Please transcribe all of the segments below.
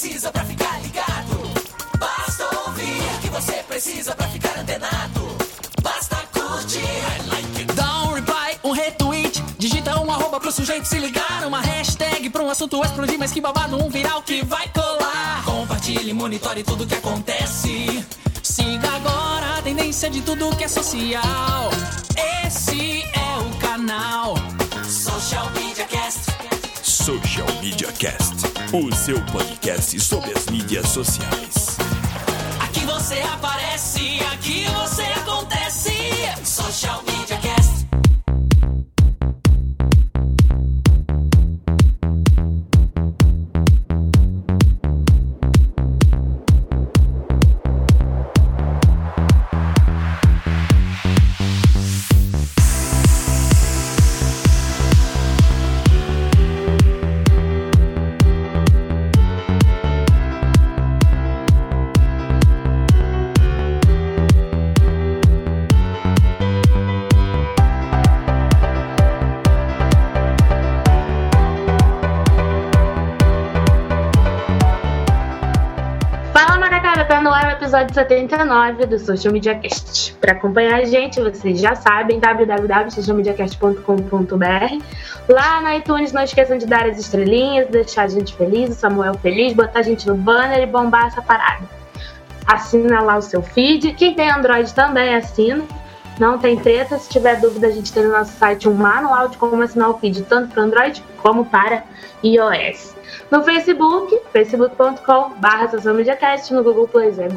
precisa pra ficar ligado. Basta ouvir o que você precisa pra ficar antenado. Basta curtir. I like it. Dá um reply, um retweet. Digita um arroba pro sujeito se ligar. Uma hashtag pra um assunto explodir. Mas que babado, um viral que vai colar. Compartilhe, monitore tudo que acontece. Siga agora a tendência de tudo que é social. Esse é o canal Social Media Cast. Social Media Cast, o seu podcast sobre as mídias sociais. Aqui você aparece, aqui você acontece. Social Media Cast. Episódio 79 do Social Media Cast. Para acompanhar a gente, vocês já sabem, www.socialmediacast.com.br. Lá na iTunes, não esqueçam de dar as estrelinhas, deixar a gente feliz, o Samuel feliz, botar a gente no banner e bombar essa parada. Assina lá o seu feed. Quem tem Android também assina. Não tem treta. Se tiver dúvida, a gente tem no nosso site um manual de como assinar o feed, tanto para Android como para iOS. No Facebook, facebook.com/socialmediacast. No Google Play é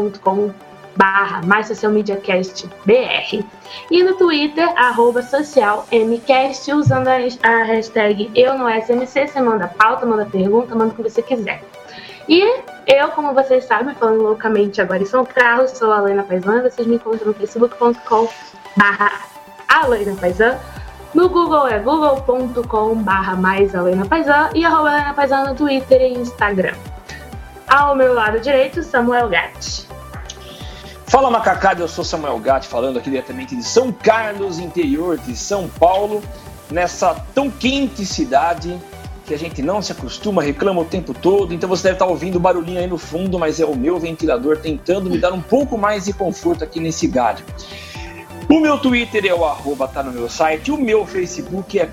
google.com/mySocialMediaCastBR. E no Twitter, @socialmcast, usando a hashtag EuNoSMC. Você manda pauta, manda pergunta, manda o que você quiser. E eu, como vocês sabem, falando loucamente agora em São Carlos, sou a Alena Paisan. Vocês me encontram no facebook.com/AlenaPaisan. No Google é google.com/mais_AlenaPaisan e @AlenaPaisan no Twitter e Instagram. Ao meu lado direito, Samuel Gatti. Fala, macacada, eu sou Samuel Gatti, falando aqui diretamente de São Carlos, interior de São Paulo, nessa tão quente cidade que a gente não se acostuma, reclama o tempo todo, então você deve estar ouvindo o barulhinho aí no fundo, mas é o meu ventilador tentando me dar um pouco mais de conforto aqui nesse galho. O meu Twitter é o @tá no meu site, o meu Facebook é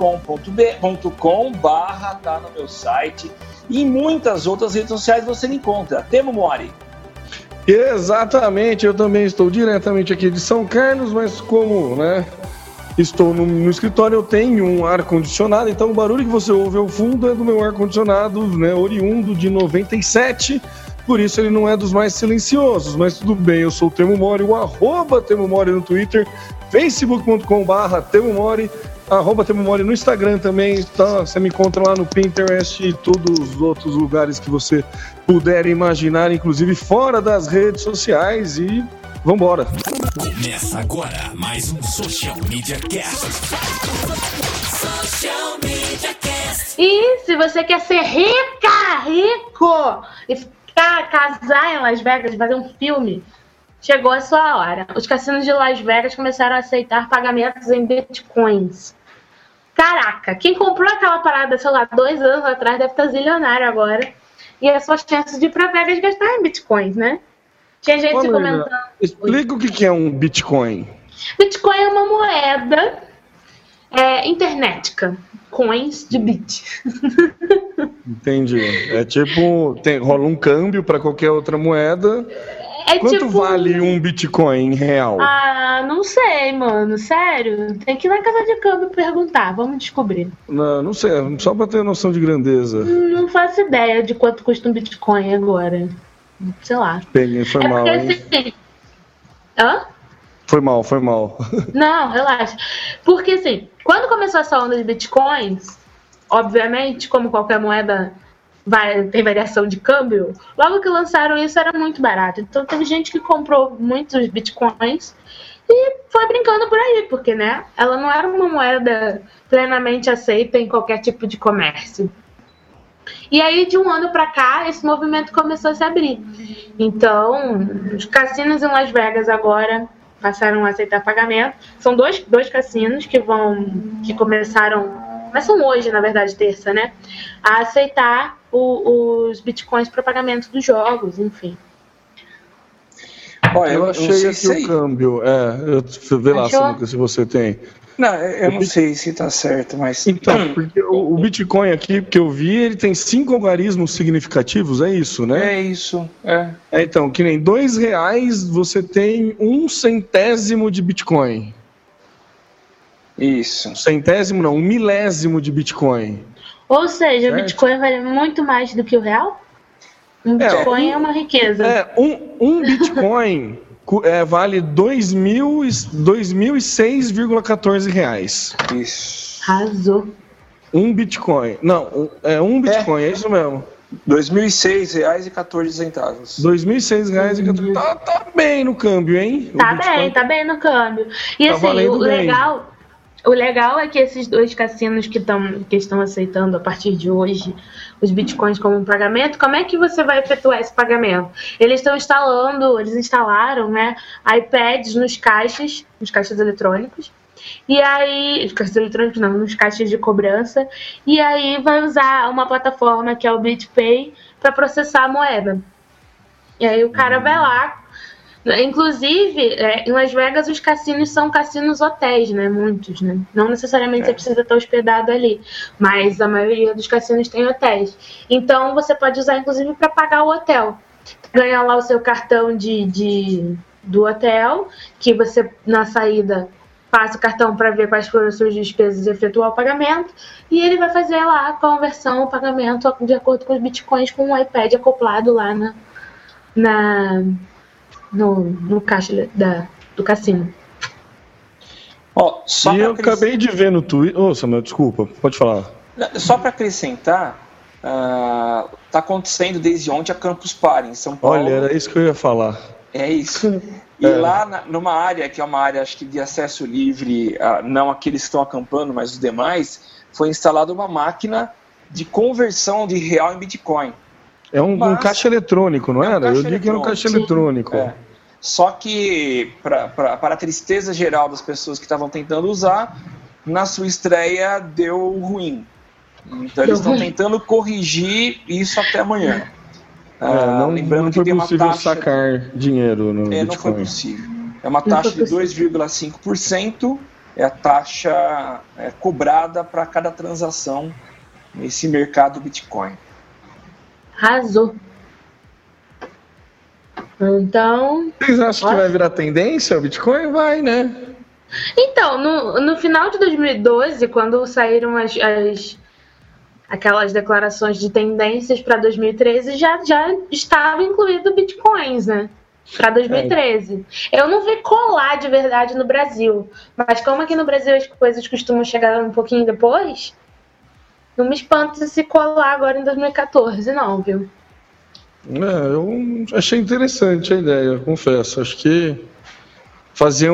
.com/tá no meu site, e em muitas outras redes sociais você me encontra. Temo Mori. Exatamente, eu também estou diretamente aqui de São Carlos, mas como, estou no escritório, eu tenho um ar-condicionado, então o barulho que você ouve ao fundo é do meu ar-condicionado, oriundo de 97, por isso ele não é dos mais silenciosos, mas tudo bem, eu sou o Temo Mori, o @Temo Mori no Twitter, facebook.com/Temo Mori, @Temo Mori no Instagram também, então você me encontra lá no Pinterest e todos os outros lugares que você puder imaginar, inclusive fora das redes sociais, e vambora! Começa agora mais um Social Media Cast. Social Media Cast. E se você quer ser rico, e casar em Las Vegas, fazer um filme, chegou a sua hora. Os cassinos de Las Vegas começaram a aceitar pagamentos em bitcoins. Caraca, quem comprou aquela parada, 2 anos atrás, deve estar zilionário agora. E as suas chances de ir pra Vegas gastar em bitcoins, né? Tinha gente comentando. Explica o que é um bitcoin. Bitcoin é uma moeda internética. Coins de bit. Entendi. É tipo, rola um câmbio para qualquer outra moeda. Quanto vale um bitcoin real? Ah, não sei, mano. Sério. Tem que ir na casa de câmbio perguntar. Vamos descobrir. Não sei. Só para ter noção de grandeza. Não faço ideia de quanto custa um bitcoin agora. Sei lá. Peguei, foi mal, hein? Assim... Hã? Foi mal. Não, relaxa. Porque assim, quando começou essa onda de bitcoins, obviamente, como qualquer moeda tem variação de câmbio, logo que lançaram isso era muito barato. Então teve gente que comprou muitos bitcoins e foi brincando por aí, porque, ela não era uma moeda plenamente aceita em qualquer tipo de comércio. E aí, de um ano pra cá, esse movimento começou a se abrir. Então, os cassinos em Las Vegas agora passaram a aceitar pagamento. São dois cassinos que começaram começam hoje, na verdade, terça, né? A aceitar os bitcoins para pagamento dos jogos, enfim. Olha, eu achei aqui o câmbio. Vê lá, se você tem. Não, eu não sei se tá certo, mas... Então, porque o Bitcoin aqui, que eu vi, ele tem 5 algarismos significativos, é isso, né? É isso, Então, que nem R$2 você tem 1/100º de Bitcoin. Isso. 1/100º não, 1/1000º de Bitcoin. Ou seja, certo? O Bitcoin vale muito mais do que o real? Um Bitcoin é uma riqueza. Um Bitcoin... vale 2.006,14 reais. Isso. Arrasou. Um Bitcoin. Não, um Bitcoin, é isso mesmo. R$2.006,14. R$2.006,14. Tá bem no câmbio, hein? Tá bem no câmbio. E tá assim, o legal é que esses 2 cassinos que estão aceitando a partir de hoje os bitcoins como pagamento, como é que você vai efetuar esse pagamento? Eles instalaram, né, iPads nos caixas eletrônicos, e aí, os caixas eletrônicos não, nos caixas de cobrança, e aí vai usar uma plataforma que é o BitPay para processar a moeda. E aí o cara vai lá. Inclusive, em Las Vegas, os cassinos são cassinos hotéis, né? Muitos, né? Não necessariamente você precisa estar hospedado ali, mas a maioria dos cassinos tem hotéis. Então, você pode usar, inclusive, para pagar o hotel. Ganha lá o seu cartão do hotel, que você, na saída, passa o cartão para ver quais foram as suas despesas e efetuar o pagamento, e ele vai fazer lá a conversão, o pagamento, de acordo com os bitcoins, com o iPad acoplado lá no caixa do cassino. Acabei de ver no Twitter... Samuel, desculpa, pode falar. Só para acrescentar, tá acontecendo desde ontem a Campus Party em São Paulo. Olha, era isso que eu ia falar. É isso. E lá numa área, que é uma área acho que de acesso livre, não aqueles que estão acampando, mas os demais, foi instalada uma máquina de conversão de real em Bitcoin. É um caixa eletrônico, não era? Eu li que era um caixa eletrônico. Só que, para a tristeza geral das pessoas que estavam tentando usar, na sua estreia deu ruim. Então eles estão tentando corrigir isso até amanhã. Lembrando não foi possível sacar dinheiro no Bitcoin. Não foi possível. É uma taxa de 2,5%, é a taxa cobrada para cada transação nesse mercado Bitcoin. Arrasou. Então... Vocês acham que vai virar tendência o Bitcoin? Vai, né? Então, no final de 2012, quando saíram aquelas declarações de tendências para 2013, já estava incluído bitcoins, né? Para 2013. Eu não vi colar de verdade no Brasil, mas como aqui no Brasil as coisas costumam chegar um pouquinho depois, não me espanta se colar agora em 2014, não, viu? Eu achei interessante a ideia, confesso. Acho que fazer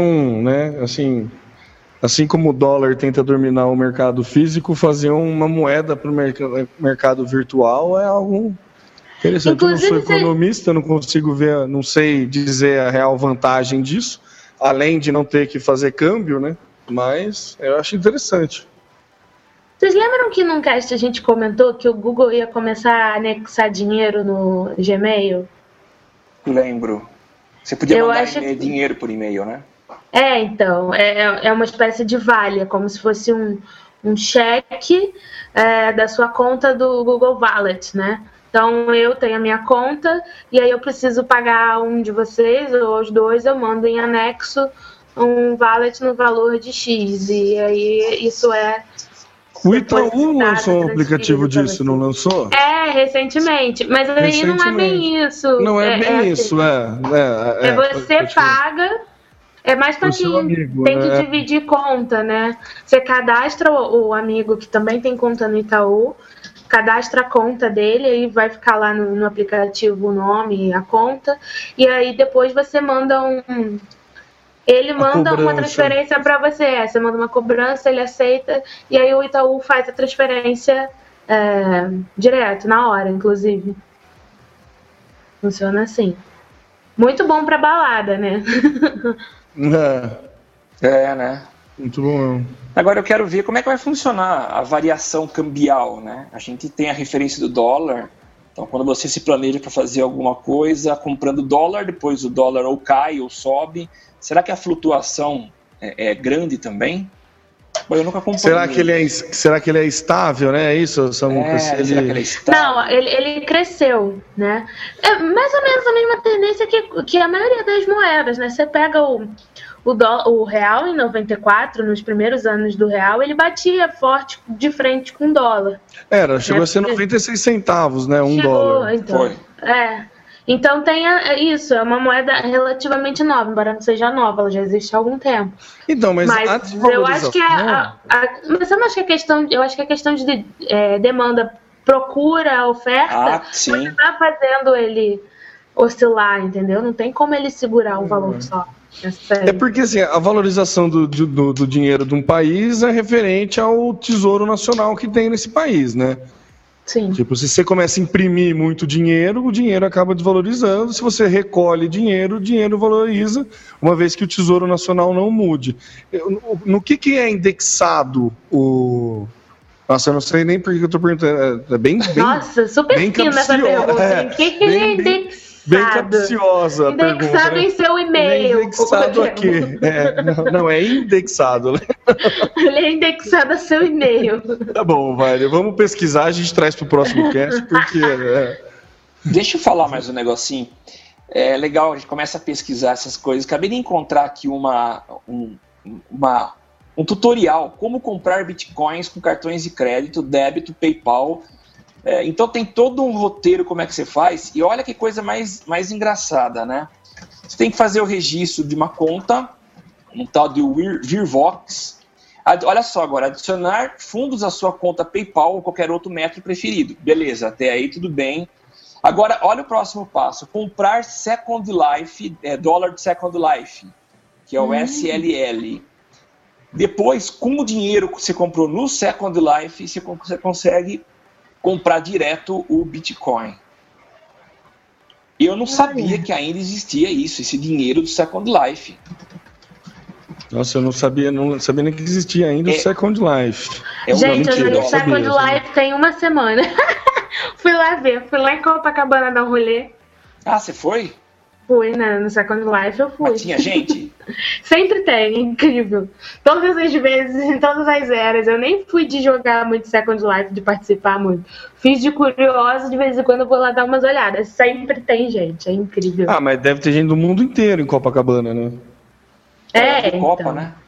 assim como o dólar tenta dominar o mercado físico, fazer uma moeda para o mercado virtual é algo interessante. Inclusive, eu não sou economista, não consigo ver, não sei dizer a real vantagem disso, além de não ter que fazer câmbio, né? Mas eu acho interessante. Vocês lembram que num cast a gente comentou que o Google ia começar a anexar dinheiro no Gmail? Lembro. Você podia mandar dinheiro por e-mail, né? Então, é uma espécie de vale, é como se fosse um cheque da sua conta do Google Wallet, né? Então, eu tenho a minha conta e aí eu preciso pagar um de vocês ou os dois, eu mando em anexo um wallet no valor de X, e aí isso O Itaú lançou um aplicativo disso, não lançou? Recentemente. Mas aí não é bem isso. Não é bem isso, você paga, é mais para quem tem que dividir conta, né? Você cadastra o amigo que também tem conta no Itaú, cadastra a conta dele, aí vai ficar lá no aplicativo o nome e a conta, e aí depois você manda ele manda uma transferência para você. Você manda uma cobrança, ele aceita, e aí o Itaú faz a transferência direto, na hora, inclusive. Funciona assim. Muito bom para balada, né? Né? Muito bom. Agora eu quero ver como é que vai funcionar a variação cambial, né? A gente tem a referência do dólar. Então, quando você se planeja para fazer alguma coisa, comprando dólar, depois o dólar ou cai ou sobe, será que a flutuação é grande também? Bom, eu nunca acompanhei. Será que ele é estável, né? É isso, Samuca? Será que ele é estável? Não, ele cresceu, né? É mais ou menos a mesma tendência que a maioria das moedas, né? Você pega o real em 94, nos primeiros anos do real, ele batia forte de frente com o dólar. Chegou a ser 96 centavos, né? $1. Então, Foi. Então tem isso, é uma moeda relativamente nova, embora não seja nova, ela já existe há algum tempo. Então, mas eu acho que mas eu não acho que é questão de demanda, procura, oferta, sim. tá fazendo ele oscilar, entendeu? Não tem como ele segurar um valor só. É porque assim, a valorização do dinheiro de um país é referente ao tesouro nacional que tem nesse país, né? Sim. Tipo, se você começa a imprimir muito dinheiro, o dinheiro acaba desvalorizando. Se você recolhe dinheiro, o dinheiro valoriza, uma vez que o Tesouro Nacional não mude. No que é indexado o... Nossa, eu não sei nem por que eu estou perguntando. É bem Nossa, super bem fina essa pergunta. O que ele é indexado? Bem capciosa a pergunta. Indexado em seu e-mail. Indexado aqui. Não, é indexado. Ele é indexado a seu e-mail. Tá bom, Vale. Vamos pesquisar, a gente traz pro próximo cast, porque... Deixa eu falar mais um negocinho. É legal, a gente começa a pesquisar essas coisas. Acabei de encontrar aqui um tutorial, como comprar bitcoins com cartões de crédito, débito, PayPal. Então tem todo um roteiro como é que você faz, e olha que coisa mais engraçada, né? Você tem que fazer o registro de uma conta, um tal de Virvox. Olha só agora, adicionar fundos à sua conta PayPal ou qualquer outro método preferido. Beleza, até aí tudo bem. Agora, olha o próximo passo, comprar Second Life, dólar de Second Life, que é o SLL. Depois, com o dinheiro que você comprou no Second Life, você consegue comprar direto o Bitcoin. Eu não sabia que ainda existia isso, esse dinheiro do Second Life. Nossa, eu não sabia nem que existia ainda o Second Life. Gente, eu joguei Second Life tem uma semana. Fui lá em Copacabana dar um rolê. Ah, você foi? Fui, né? No Second Life eu fui. Mas tinha gente? Sempre tem, é incrível. Todas as vezes, em todas as eras. Eu nem fui de jogar muito Second Life, de participar muito. Fiz de curioso, de vez em quando eu vou lá dar umas olhadas. Sempre tem gente, é incrível. Ah, mas deve ter gente do mundo inteiro em Copacabana, né? Copa, então. né?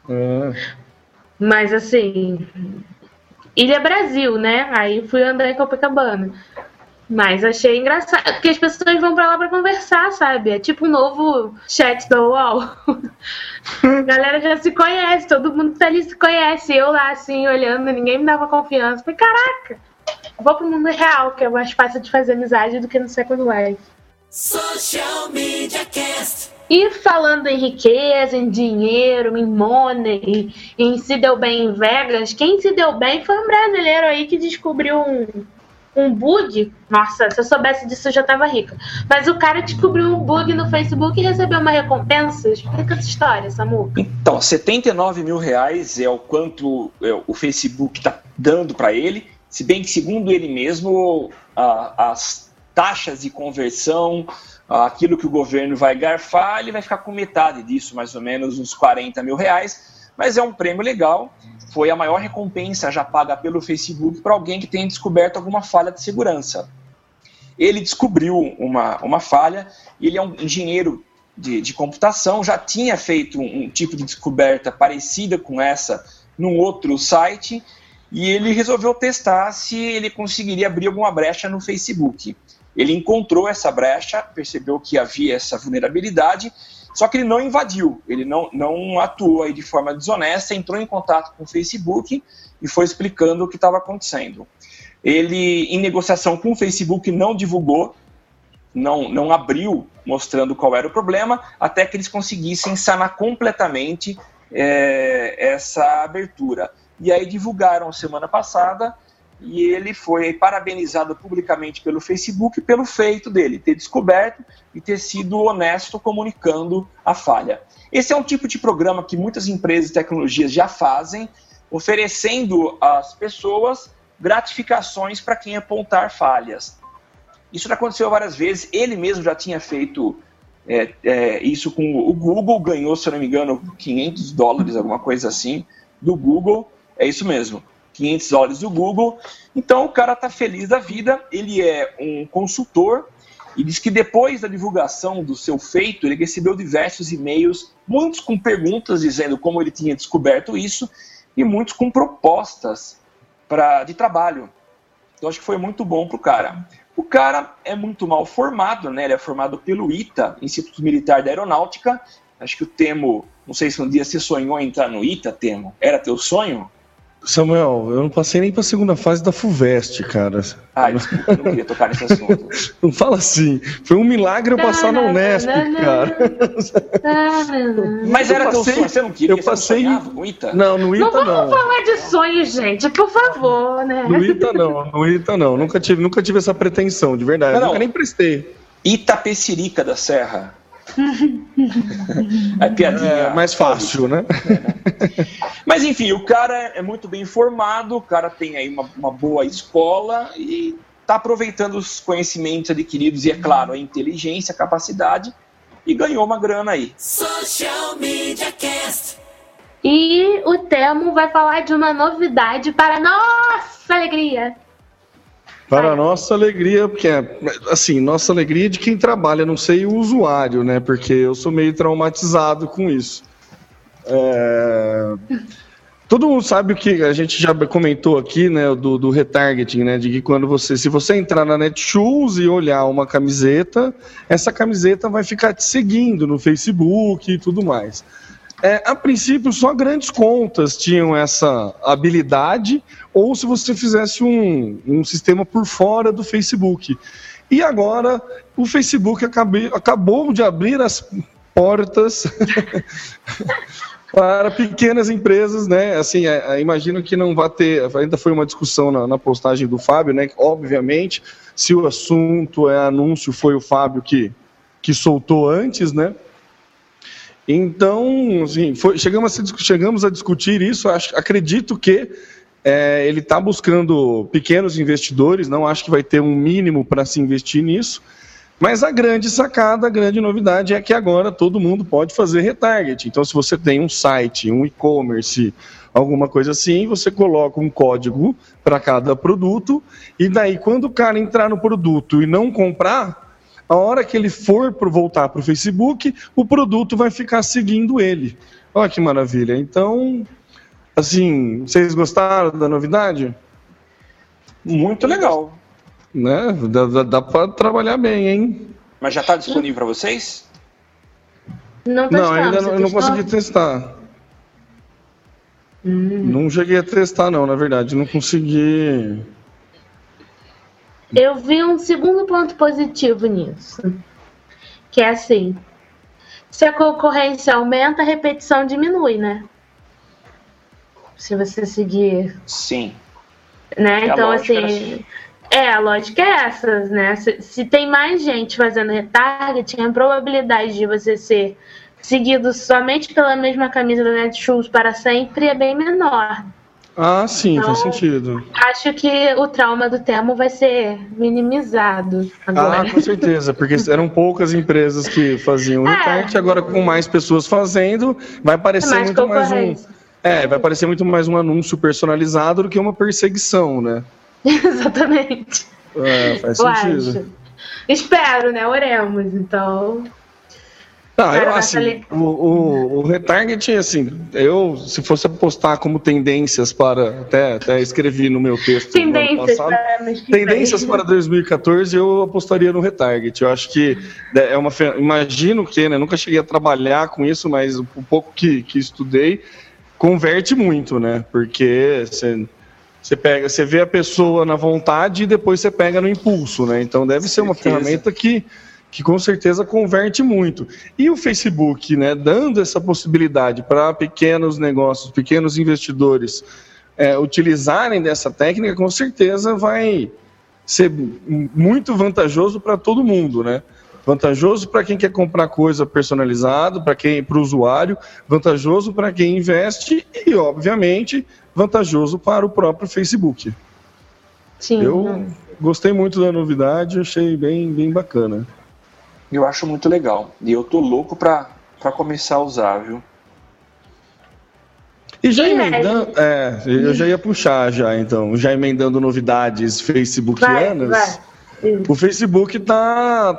Mas assim, Ilha Brasil, né? Aí fui andar em Copacabana. Mas achei engraçado, porque as pessoas vão pra lá pra conversar, sabe? É tipo um novo chat da UOL. A galera já se conhece, todo mundo tá ali se conhece. Eu lá, assim, olhando, ninguém me dava confiança. Falei, caraca, vou pro mundo real, que é mais fácil de fazer amizade do que no Second Life. Social Media Cast. E falando em riqueza, em dinheiro, em money, em se deu bem em Vegas, quem se deu bem foi um brasileiro aí que descobriu um bug. Nossa, se eu soubesse disso eu já tava rica. Mas o cara descobriu um bug no Facebook e recebeu uma recompensa. Explica essa história, Samuca. Então, R$79 mil é o quanto o Facebook está dando para ele, se bem que, segundo ele mesmo, as taxas de conversão, aquilo que o governo vai garfar, ele vai ficar com metade disso, mais ou menos uns R$40 mil. Mas é um prêmio legal. Foi a maior recompensa já paga pelo Facebook para alguém que tenha descoberto alguma falha de segurança. Ele descobriu uma falha, ele é um engenheiro de computação, já tinha feito um tipo de descoberta parecida com essa num outro site, e ele resolveu testar se ele conseguiria abrir alguma brecha no Facebook. Ele encontrou essa brecha, percebeu que havia essa vulnerabilidade, só que ele não invadiu, ele não atuou aí de forma desonesta, entrou em contato com o Facebook e foi explicando o que estava acontecendo. Ele, em negociação com o Facebook, não divulgou, não abriu mostrando qual era o problema, até que eles conseguissem sanar completamente essa abertura. E aí divulgaram semana passada e ele foi parabenizado publicamente pelo Facebook pelo feito dele, ter descoberto e ter sido honesto comunicando a falha. Esse é um tipo de programa que muitas empresas de tecnologias já fazem, oferecendo às pessoas gratificações para quem apontar falhas. Isso já aconteceu várias vezes, ele mesmo já tinha feito isso com o Google, ganhou, se eu não me engano, $500, alguma coisa assim, do Google, é isso mesmo, $500 do Google. Então o cara está feliz da vida, ele é um consultor e diz que depois da divulgação do seu feito, ele recebeu diversos e-mails, muitos com perguntas dizendo como ele tinha descoberto isso e muitos com propostas de trabalho. Então acho que foi muito bom para o cara. O cara é muito mal formado, né? Ele é formado pelo ITA, Instituto Militar da Aeronáutica. Acho que o Temo, não sei se um dia você sonhou em entrar no ITA, Temo. Era teu sonho? Samuel, eu não passei nem para a segunda fase da FUVEST, cara. Desculpa, eu não queria tocar nesse assunto. Não fala assim. Foi um milagre eu passar na Unesp, cara. Mas era teu sonho, você não queria? Eu passei. No ITA? Não, no ITA não. Não vamos falar de sonho, gente, por favor, né? No ITA não. Nunca tive essa pretensão, de verdade. Nunca nem prestei. Itapecerica da Serra. É piadinha. É mais fácil, né? Mas enfim, o cara é muito bem formado, o cara tem aí uma boa escola e está aproveitando os conhecimentos adquiridos e, é claro, a inteligência, a capacidade, e ganhou uma grana aí. Social Media Cast. E o Temo vai falar de uma novidade para nossa alegria. Para a nossa alegria, porque assim, nossa alegria é de quem trabalha, não sei o usuário, né? Porque eu sou meio traumatizado com isso. Todo mundo sabe o que a gente já comentou aqui, né? Do retargeting, né? De que se você entrar na Netshoes e olhar uma camiseta, essa camiseta vai ficar te seguindo no Facebook e tudo mais. A princípio, só grandes contas tinham essa habilidade, ou se você fizesse um sistema por fora do Facebook. E agora, o Facebook acabou de abrir as portas para pequenas empresas, né? Assim, imagino que não vai ter, ainda foi uma discussão na postagem do Fábio, né? Obviamente, se o assunto é anúncio, foi o Fábio que soltou antes, né? Então, assim, chegamos a discutir isso. Acredito que ele está buscando pequenos investidores, não acho que vai ter um mínimo para se investir nisso, mas a grande sacada, a grande novidade é que agora todo mundo pode fazer retarget. Então, se você tem um site, um e-commerce, alguma coisa assim, você coloca um código para cada produto, e daí quando o cara entrar no produto e não comprar, a hora que ele for voltar para o Facebook, o produto vai ficar seguindo ele. Olha que maravilha. Então, assim, vocês gostaram da novidade? Muito legal. Né? Dá para trabalhar bem, hein? Mas já está disponível para vocês? Não, ainda não consegui testar. Não cheguei a testar, não, na verdade. Não consegui... Eu vi um segundo ponto positivo nisso, que é assim, se a concorrência aumenta, a repetição diminui, né? Se você seguir... Sim. Né? Então, assim, a lógica é essa, né? Se tem mais gente fazendo retargeting, a probabilidade de você ser seguido somente pela mesma camisa da Netshoes para sempre é bem menor. Ah, sim, então, faz sentido. Acho que o trauma do Temo vai ser minimizado agora. Ah, com certeza, porque eram poucas empresas que faziam retarget, agora com mais pessoas fazendo, vai parecer muito mais vai parecer muito mais um anúncio personalizado do que uma perseguição, né? Exatamente. Faz sentido. Acho. Espero, né? Oremos, então... O retargeting, assim, se fosse apostar como tendências para, até escrevi no meu texto tendências para 2014, eu apostaria no retarget. Eu acho que imagino que, né, nunca cheguei a trabalhar com isso, mas o pouco que estudei, converte muito, né, porque você vê a pessoa na vontade e depois você pega no impulso, né, então deve ser uma ferramenta que com certeza converte muito. E o Facebook, né, dando essa possibilidade para pequenos negócios, pequenos investidores, utilizarem dessa técnica, com certeza vai ser muito vantajoso para todo mundo, né? Vantajoso para quem quer comprar coisa personalizada, para o usuário, vantajoso para quem investe e, obviamente, vantajoso para o próprio Facebook. Sim. Eu gostei muito da novidade, achei bem bacana. Eu acho muito legal. E eu tô louco para começar a usar, viu? E já emendando, eu já ia puxar então, já emendando novidades facebookianas. Vai. O Facebook tá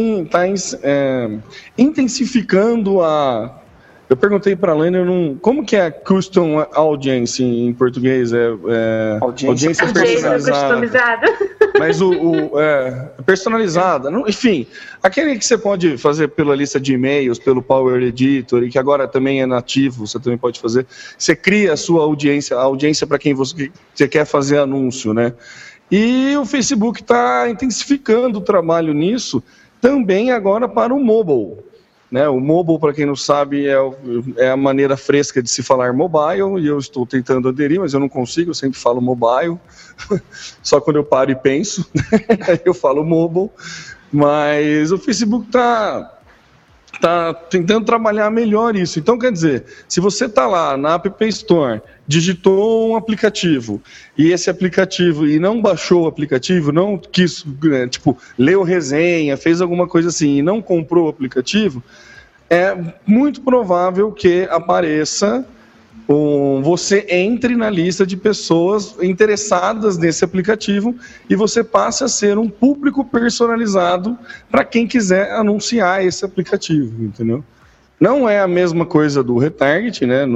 intensificando a... Eu perguntei para a Laine, como que é Custom Audience em português? Audiência personalizada. Mas personalizada. Enfim, aquele que você pode fazer pela lista de e-mails, pelo Power Editor, e que agora também é nativo, você também pode fazer. Você cria a sua audiência, a audiência para quem você quer fazer anúncio, né? E o Facebook está intensificando o trabalho nisso também agora para o mobile. Né? O mobile, para quem não sabe, é a maneira fresca de se falar mobile, e eu estou tentando aderir, mas eu não consigo, eu sempre falo mobile, só quando eu paro e penso, eu falo mobile, mas o Facebook está tentando trabalhar melhor isso. Então, quer dizer, se você está lá na App Store, digitou um aplicativo, e esse aplicativo, e não baixou o aplicativo, não quis, leu resenha, fez alguma coisa assim, e não comprou o aplicativo, é muito provável que apareça, você entre na lista de pessoas interessadas nesse aplicativo e você passe a ser um público personalizado para quem quiser anunciar esse aplicativo, entendeu? Não é a mesma coisa do retarget, né?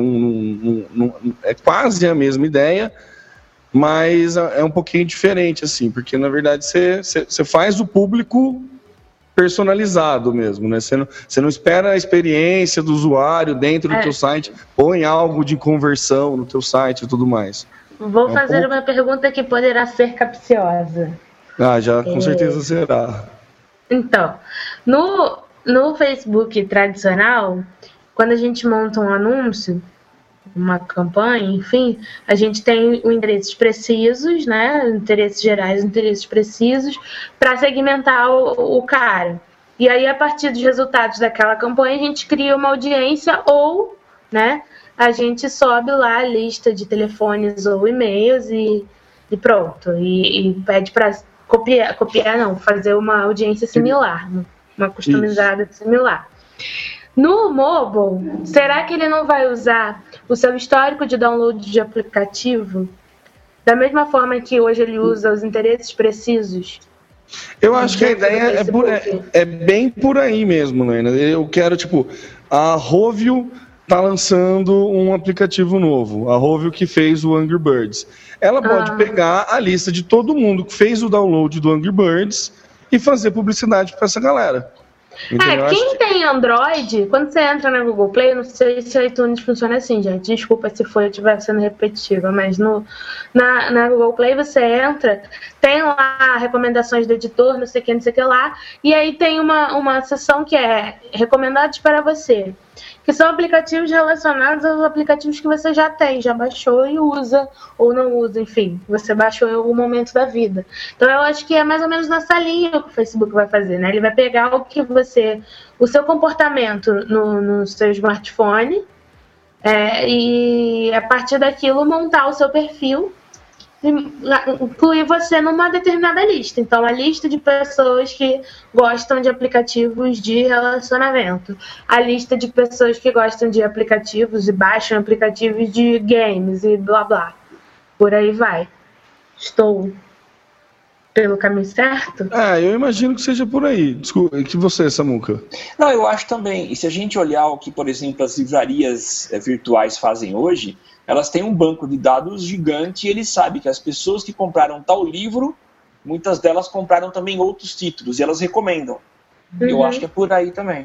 É quase a mesma ideia, mas é um pouquinho diferente, assim, porque na verdade você faz o público personalizado mesmo, né? Você não espera a experiência do usuário dentro do teu site, põe algo de conversão no teu site e tudo mais. Vou fazer uma pergunta que poderá ser capciosa. Já com certeza será. Então, no Facebook tradicional, quando a gente monta um anúncio, uma campanha, enfim, a gente tem os interesses precisos, né? Interesses gerais, interesses precisos, para segmentar o cara. E aí, a partir dos resultados daquela campanha, a gente cria uma audiência ou, né, a gente sobe lá a lista de telefones ou e-mails e pronto. E pede para fazer uma audiência similar, uma customizada similar. No mobile, será que ele não vai usar o seu histórico de download de aplicativo da mesma forma que hoje ele usa os interesses precisos? Eu acho que a ideia é bem por aí mesmo, né? Eu quero, a Rovio está lançando um aplicativo novo, a Rovio que fez o Angry Birds. Ela pode pegar a lista de todo mundo que fez o download do Angry Birds e fazer publicidade para essa galera. Quem tem Android, quando você entra na Google Play, eu não sei se o iTunes funciona assim, gente. Desculpa se eu estiver sendo repetitiva, mas na Google Play você entra, tem lá recomendações do editor, não sei o que lá, e aí tem uma seção que é recomendados para você, que são aplicativos relacionados aos aplicativos que você já tem, já baixou e usa, ou não usa, enfim, você baixou em algum momento da vida. Então eu acho que é mais ou menos nessa linha que o Facebook vai fazer, né? Ele vai pegar o seu comportamento no seu smartphone e a partir daquilo montar o seu perfil e incluir você numa determinada lista. Então, a lista de pessoas que gostam de aplicativos de relacionamento, a lista de pessoas que gostam de aplicativos e baixam aplicativos de games e blá blá. Por aí vai. Estou pelo caminho certo? Eu imagino que seja por aí. Desculpa, que você, Samuca? Não, eu acho também. E se a gente olhar o que, por exemplo, as livrarias virtuais fazem hoje, elas têm um banco de dados gigante e ele sabe que as pessoas que compraram tal livro, muitas delas compraram também outros títulos e elas recomendam. Eu acho que é por aí também.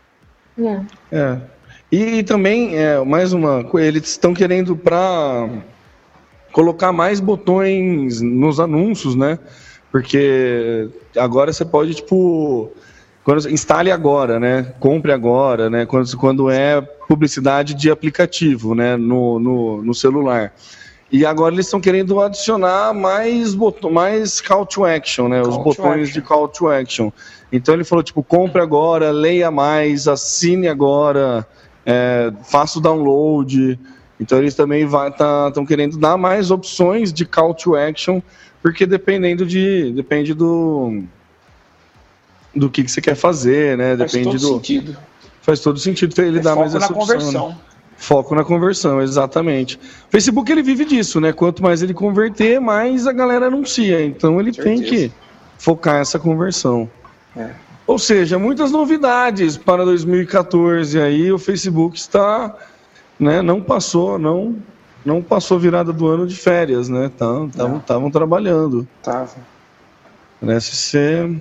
E também, mais uma coisa, eles estão querendo colocar mais botões nos anúncios, né? Porque agora você pode, instale agora, né? Compre agora, né? Quando é publicidade de aplicativo, né? No celular. E agora eles estão querendo adicionar mais call to action, né? Os botões de call to action. Então ele falou, tipo, compre agora, leia mais, assine agora, faça o download. Então eles também estão querendo dar mais opções de call to action, porque depende do que você quer fazer, né? Sentido. Faz todo sentido ele dar mais essa opção. Conversão. Né? Foco na conversão, exatamente. O Facebook, ele vive disso, né? Quanto mais ele converter, mais a galera anuncia. Então, ele tem que focar essa conversão. Ou seja, muitas novidades para 2014. Aí o Facebook está, né? Não passou virada do ano de férias, né? Estavam trabalhando. Parece ser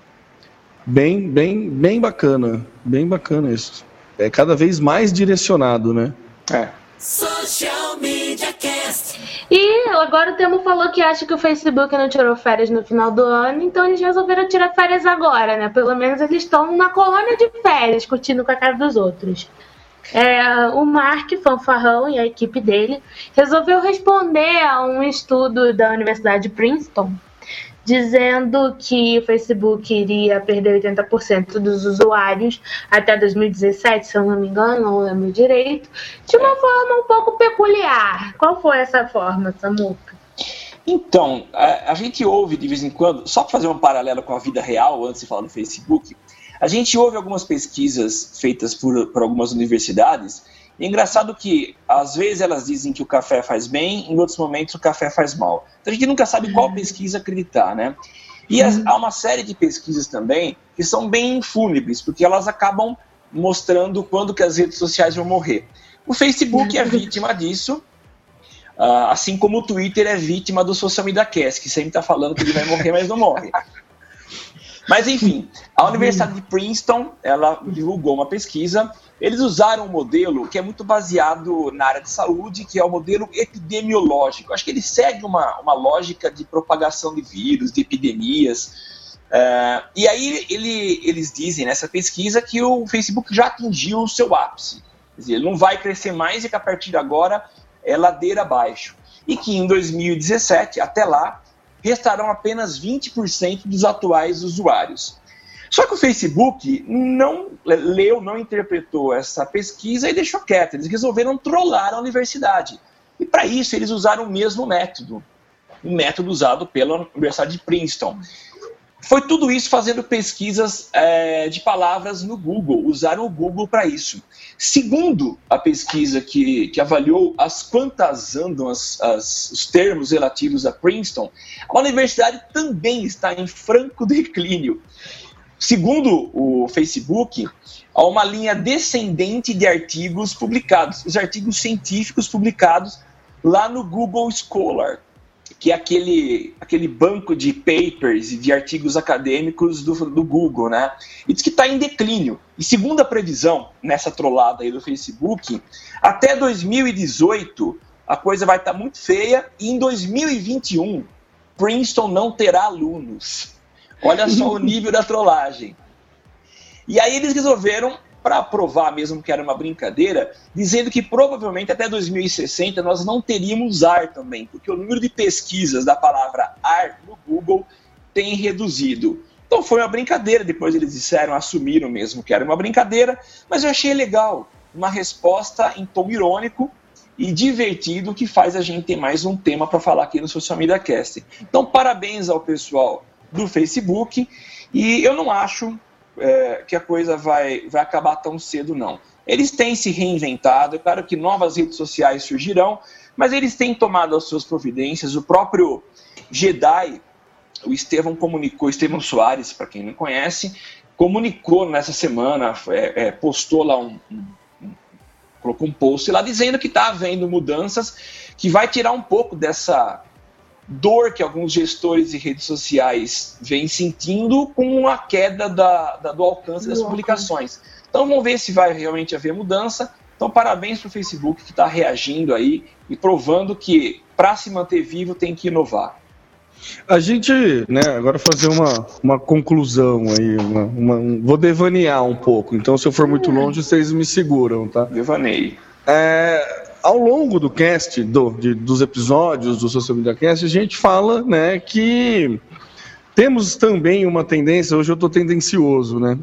bem bacana. Bem bacana isso. É cada vez mais direcionado, né? Social Media Cast. E agora o Temo falou que acha que o Facebook não tirou férias no final do ano, então eles resolveram tirar férias agora, né? Pelo menos eles estão numa colônia de férias, curtindo com a cara dos outros. O Mark Fanfarrão e a equipe dele resolveu responder a um estudo da Universidade de Princeton, dizendo que o Facebook iria perder 80% dos usuários até 2017, se eu não me engano, não lembro direito, de uma forma um pouco peculiar. Qual foi essa forma, Samuca? Então, a gente ouve de vez em quando, só para fazer um paralelo com a vida real, antes de falar do Facebook, a gente ouve algumas pesquisas feitas por algumas universidades. E é engraçado que, às vezes, elas dizem que o café faz bem, em outros momentos o café faz mal. Então, a gente nunca sabe qual pesquisa acreditar, né? E há uma série de pesquisas também que são bem fúnebres, porque elas acabam mostrando quando que as redes sociais vão morrer. O Facebook é vítima disso, assim como o Twitter é vítima do Social Media Cast, que sempre está falando que ele vai morrer, mas não morre. Mas, enfim, a Universidade de Princeton, ela divulgou uma pesquisa. Eles usaram um modelo que é muito baseado na área de saúde, que é o modelo epidemiológico. Acho que ele segue uma lógica de propagação de vírus, de epidemias. E aí eles dizem nessa pesquisa que o Facebook já atingiu o seu ápice. Quer dizer, ele não vai crescer mais e que a partir de agora é ladeira abaixo. E que em 2017, até lá, restarão apenas 20% dos atuais usuários. Só que o Facebook não leu, não interpretou essa pesquisa e deixou quieto. Eles resolveram trollar a universidade. E para isso eles usaram o mesmo método. O método usado pela Universidade de Princeton. Foi tudo isso fazendo pesquisas de palavras no Google. Usaram o Google para isso. Segundo a pesquisa que avaliou as quantas andam os termos relativos a Princeton, a universidade também está em franco declínio. Segundo o Facebook, há uma linha descendente de artigos publicados, os artigos científicos publicados lá no Google Scholar, que é aquele banco de papers e de artigos acadêmicos do Google, né? E diz que está em declínio. E segundo a previsão, nessa trollada aí do Facebook, até 2018 a coisa vai estar muito feia e em 2021 Princeton não terá alunos. Olha só o nível da trollagem. E aí eles resolveram, para provar mesmo que era uma brincadeira, dizendo que provavelmente até 2060 nós não teríamos ar também, porque o número de pesquisas da palavra ar no Google tem reduzido. Então foi uma brincadeira, depois eles assumiram mesmo que era uma brincadeira, mas eu achei legal, uma resposta em tom irônico e divertido que faz a gente ter mais um tema para falar aqui no Social Media Cast. Então parabéns ao pessoal do Facebook, e eu não acho que a coisa vai acabar tão cedo, não. Eles têm se reinventado, é claro que novas redes sociais surgirão, mas eles têm tomado as suas providências. O próprio Jedi, o Estevão Soares, para quem não conhece, comunicou nessa semana, postou lá colocou um post lá dizendo que está havendo mudanças, que vai tirar um pouco dessa dor que alguns gestores de redes sociais vêm sentindo com a queda do alcance das publicações. Então vamos ver se vai realmente haver mudança. Então parabéns para o Facebook que está reagindo aí e provando que para se manter vivo tem que inovar. A gente, né, agora fazer uma conclusão aí, vou devanear um pouco, então se eu for muito longe vocês me seguram, tá? Devaneio. ao longo do cast, dos episódios do Social Media Cast, a gente fala, né, que temos também uma tendência, hoje eu estou tendencioso, né?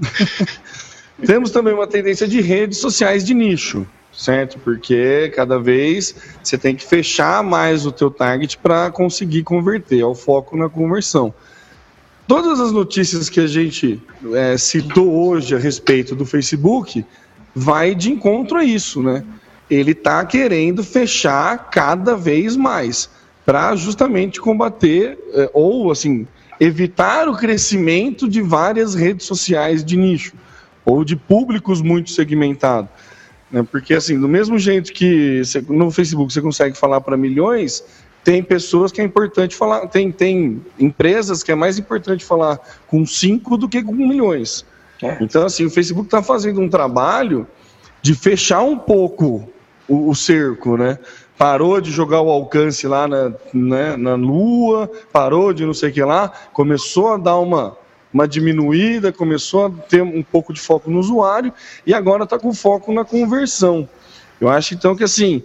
Temos também uma tendência de redes sociais de nicho, certo? Porque cada vez você tem que fechar mais o teu target para conseguir converter, é o foco na conversão. Todas as notícias que a gente citou hoje a respeito do Facebook vai de encontro a isso, né? Ele está querendo fechar cada vez mais para justamente combater ou, assim, evitar o crescimento de várias redes sociais de nicho ou de públicos muito segmentados. Né? Porque, assim, do mesmo jeito que no Facebook você consegue falar para milhões, tem pessoas que é importante falar, tem empresas que é mais importante falar com 5 do que com milhões. Então, assim, o Facebook está fazendo um trabalho de fechar um pouco o cerco, né? Parou de jogar o alcance lá na Lua, parou de não sei o que lá, começou a dar uma diminuída, começou a ter um pouco de foco no usuário e agora está com foco na conversão. Eu acho, então, que assim,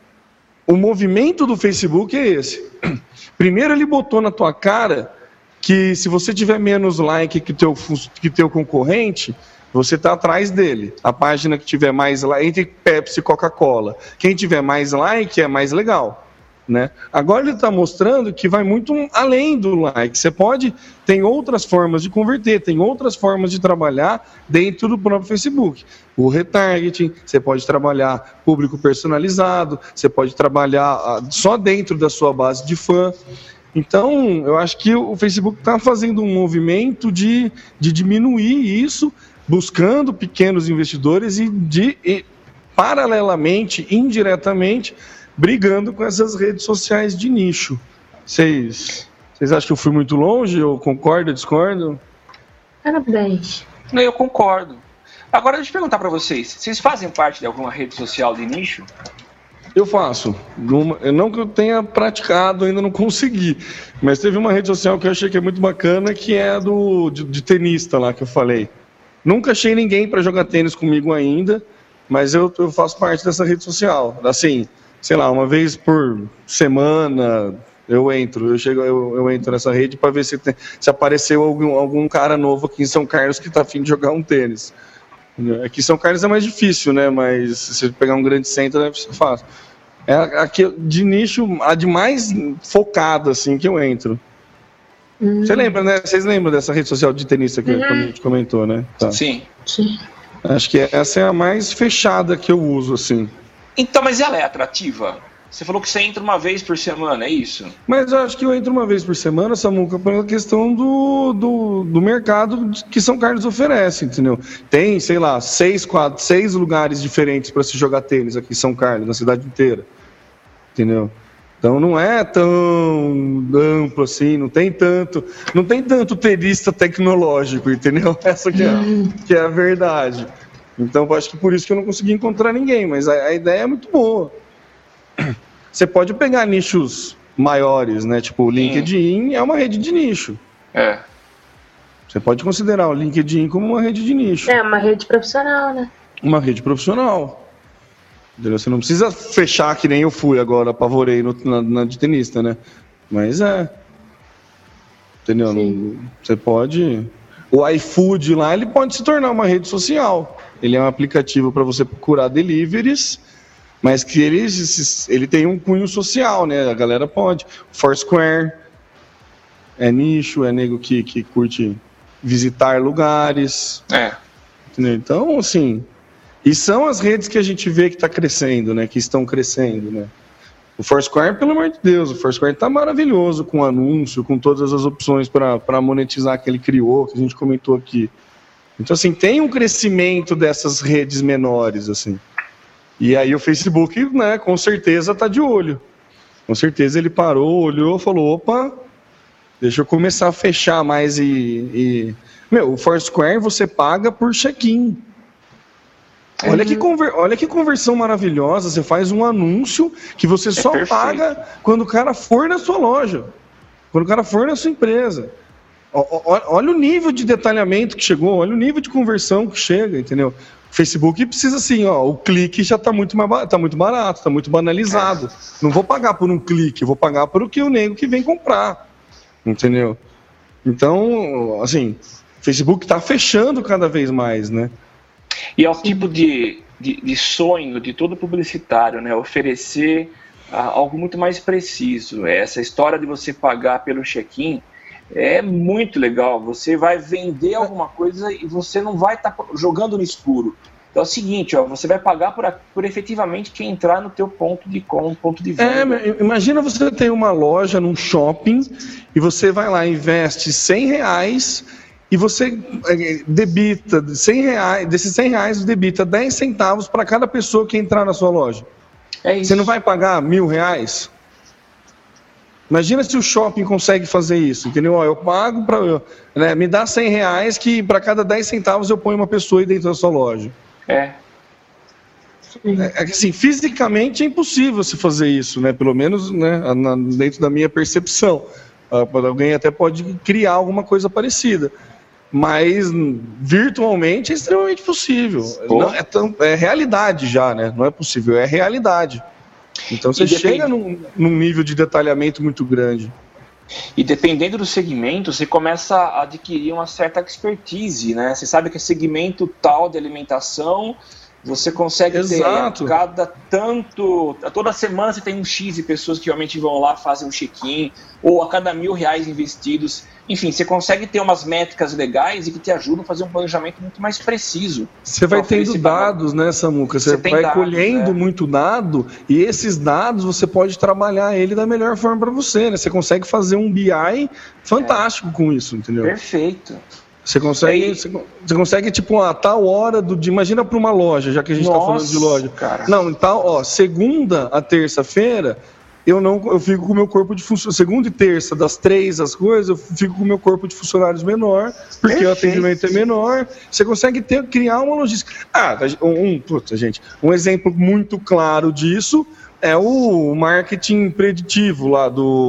o movimento do Facebook é esse. Primeiro ele botou na tua cara que se você tiver menos like que teu concorrente, você está atrás dele. A página que tiver mais like, entre Pepsi e Coca-Cola, quem tiver mais like é mais legal, né? Agora ele está mostrando que vai muito além do like. Tem outras formas de converter, tem outras formas de trabalhar dentro do próprio Facebook. O retargeting, você pode trabalhar público personalizado, você pode trabalhar só dentro da sua base de fã. Então, eu acho que o Facebook está fazendo um movimento de diminuir isso, buscando pequenos investidores e paralelamente, indiretamente, brigando com essas redes sociais de nicho. Vocês acham que eu fui muito longe? Eu concordo, discordo? Parabéns. Não, eu concordo. Agora, deixa eu perguntar para vocês fazem parte de alguma rede social de nicho? Eu faço. Não que eu tenha praticado, ainda não consegui. Mas teve uma rede social que eu achei que é muito bacana, que é a de tenista lá que eu falei. Nunca achei ninguém para jogar tênis comigo ainda, mas eu faço parte dessa rede social. Assim, sei lá, uma vez por semana eu entro nessa rede para ver se apareceu algum cara novo aqui em São Carlos que está a fim de jogar um tênis. Aqui em São Carlos é mais difícil, né? Mas se você pegar um grande centro deve ser fácil. É aqui de nicho, a de mais focada, assim, que eu entro. Você lembra, né? Vocês lembram dessa rede social de tenista que a gente comentou, né? Tá. Sim. Acho que essa é a mais fechada que eu uso, assim. Então, mas ela é atrativa? Você falou que você entra uma vez por semana, é isso? Mas eu acho que eu entro uma vez por semana, Samuca, pela questão do mercado que São Carlos oferece, entendeu? Tem, sei lá, 6 lugares diferentes para se jogar tênis aqui em São Carlos, na cidade inteira, entendeu? Então não é tão amplo assim, não tem tanto tenista tecnológico, entendeu? Essa que é a verdade. Então eu acho que por isso que eu não consegui encontrar ninguém, mas a ideia é muito boa. Você pode pegar nichos maiores, né? Tipo, o LinkedIn é uma rede de nicho. É. Você pode considerar o LinkedIn como uma rede de nicho. É uma rede profissional, né? Uma rede profissional. Entendeu? Você não precisa fechar que nem eu fui agora, apavorei na de tenista, né? Mas entendeu? Você pode... O iFood lá, ele pode se tornar uma rede social. Ele é um aplicativo para você procurar deliveries, mas que ele tem um cunho social, né? A galera pode. Foursquare é nicho, é nego que curte visitar lugares. Entendeu? Então, assim... E são as redes que a gente vê que está crescendo, né? Que estão crescendo, né? O Foursquare, pelo amor de Deus, o Foursquare está maravilhoso com anúncio, com todas as opções para monetizar que ele criou, que a gente comentou aqui. Então, assim, tem um crescimento dessas redes menores, assim. E aí o Facebook, né, com certeza está de olho. Com certeza ele parou, olhou, falou, opa, deixa eu começar a fechar mais Meu, o Foursquare você paga por check-in. Olha que conversão maravilhosa. Você faz um anúncio que você só paga quando o cara for na sua loja, quando o cara for na sua empresa. Olha o nível de detalhamento que chegou, olha o nível de conversão que chega, entendeu? O Facebook precisa assim, o clique já está muito barato, está muito banalizado. Não vou pagar por um clique, vou pagar por o que o nego que vem comprar, entendeu? Então, assim, o Facebook está fechando cada vez mais, né? E é o tipo de sonho de todo publicitário, né? Oferecer algo muito mais preciso. Essa história de você pagar pelo check-in é muito legal. Você vai vender alguma coisa e você não vai estar jogando no escuro. Então é o seguinte, você vai pagar por efetivamente quem entrar no teu ponto de compra, ponto de venda. Imagina você ter uma loja num shopping e você vai lá, investe R$100 e você debita R$100, desses R$100 você debita 10 centavos para cada pessoa que entrar na sua loja. É isso. Você não vai pagar R$1.000? Imagina se o shopping consegue fazer isso, entendeu? Eu pago me dá R$100 que para cada 10 centavos eu ponho uma pessoa aí dentro da sua loja. Assim, fisicamente é impossível se fazer isso, né? Pelo menos, né, dentro da minha percepção. Alguém até pode criar alguma coisa parecida. Mas virtualmente é extremamente possível. É realidade já, né? Não é possível, é realidade. Então você chega num nível de detalhamento muito grande. E dependendo do segmento, você começa a adquirir uma certa expertise, né? Você sabe que é segmento tal de alimentação, você consegue Exato. ter toda semana você tem um X de pessoas que realmente vão lá, fazem um check-in, ou a cada R$1.000 investidos. Enfim, você consegue ter umas métricas legais e que te ajudam a fazer um planejamento muito mais preciso. Você vai tendo dados, né, Samuca? Você vai dados, colhendo muito dado e esses dados você pode trabalhar ele da melhor forma para você, né? Você consegue fazer um BI fantástico com isso, entendeu? Perfeito. Você consegue tipo, a tal hora imagina para uma loja, já que a gente está falando de loja. Cara. Não, então, segunda a terça-feira, eu fico com o meu corpo de funcionários. Segunda e terça, das 3 às coisas, eu fico com o meu corpo de funcionários menor, porque Perfeito. O atendimento é menor. Você consegue criar uma logística. Um exemplo muito claro disso é o marketing preditivo lá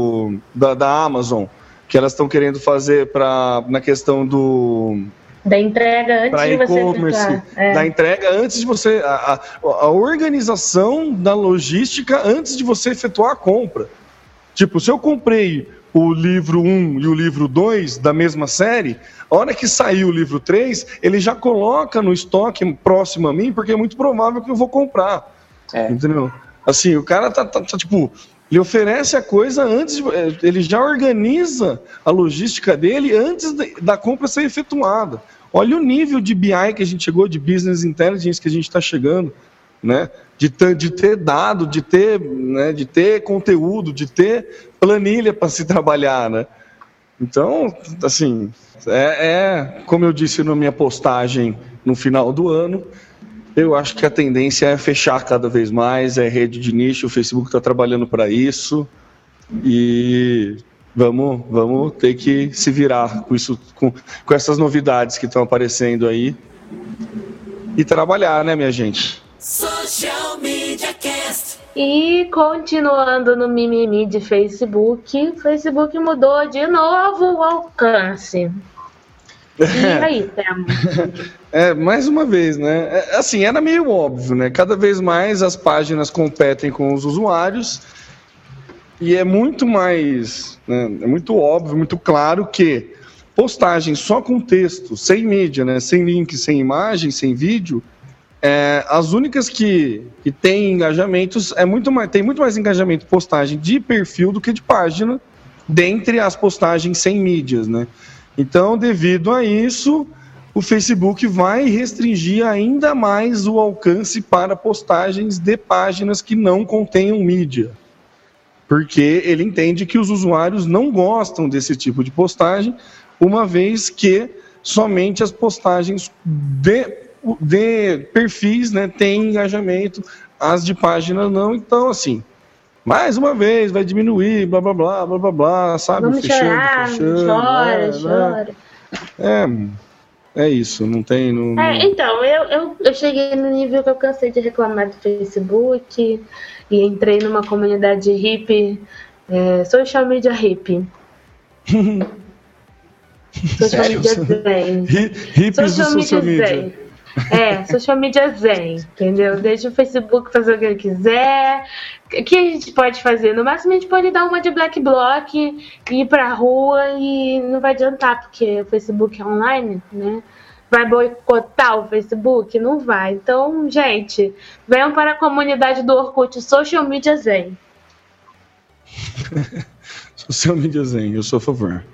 da Amazon, que elas estão querendo fazer na questão da entrega antes de você e-commerce, da entrega antes de você... A organização da logística antes de você efetuar a compra. Tipo, se eu comprei o livro 1 e o livro 2 da mesma série, a hora que sair o livro 3, ele já coloca no estoque próximo a mim, porque é muito provável que eu vou comprar. Entendeu? Assim, o cara tá tipo... Ele oferece a coisa antes, ele já organiza a logística dele antes da compra ser efetuada. Olha o nível de BI que a gente chegou, de Business Intelligence que a gente está chegando, né? De ter dado, de ter conteúdo, de ter planilha para se trabalhar, né? Então, assim, como eu disse na minha postagem no final do ano, eu acho que a tendência é fechar cada vez mais, é rede de nicho, o Facebook está trabalhando para isso e vamos ter que se virar com isso, com essas novidades que estão aparecendo aí e trabalhar, né, minha gente? Social Media Cast. E continuando no mimimi de Facebook, o Facebook mudou de novo o alcance. E aí, Temo? Mais uma vez, né? Assim, era meio óbvio, né? Cada vez mais as páginas competem com os usuários e é muito mais, né? É muito óbvio, muito claro que postagem só com texto, sem mídia, né? Sem link, sem imagem, sem vídeo, as únicas que têm engajamentos, tem muito mais engajamento postagem de perfil do que de página, dentre as postagens sem mídias, né? Então, devido a isso, o Facebook vai restringir ainda mais o alcance para postagens de páginas que não contenham mídia. Porque ele entende que os usuários não gostam desse tipo de postagem, uma vez que somente as postagens de perfis, né, têm engajamento, as de página não. Então, assim, mais uma vez vai diminuir, blá, blá, blá, blá, blá, blá, sabe? Vamos chorar, chora. É isso, não tem... Então, eu cheguei no nível que eu cansei de reclamar do Facebook e entrei numa comunidade hippie, social media hippie. Social media zen. Hippies do social media. Zen. Social media zen, entendeu? Deixa o Facebook fazer o que ele quiser. O que a gente pode fazer? No máximo a gente pode dar uma de black bloc, ir pra rua e não vai adiantar, porque o Facebook é online, né? Vai boicotar o Facebook? Não vai. Então, gente, venham para a comunidade do Orkut Social Media Zen. Social Media Zen, eu sou a favor.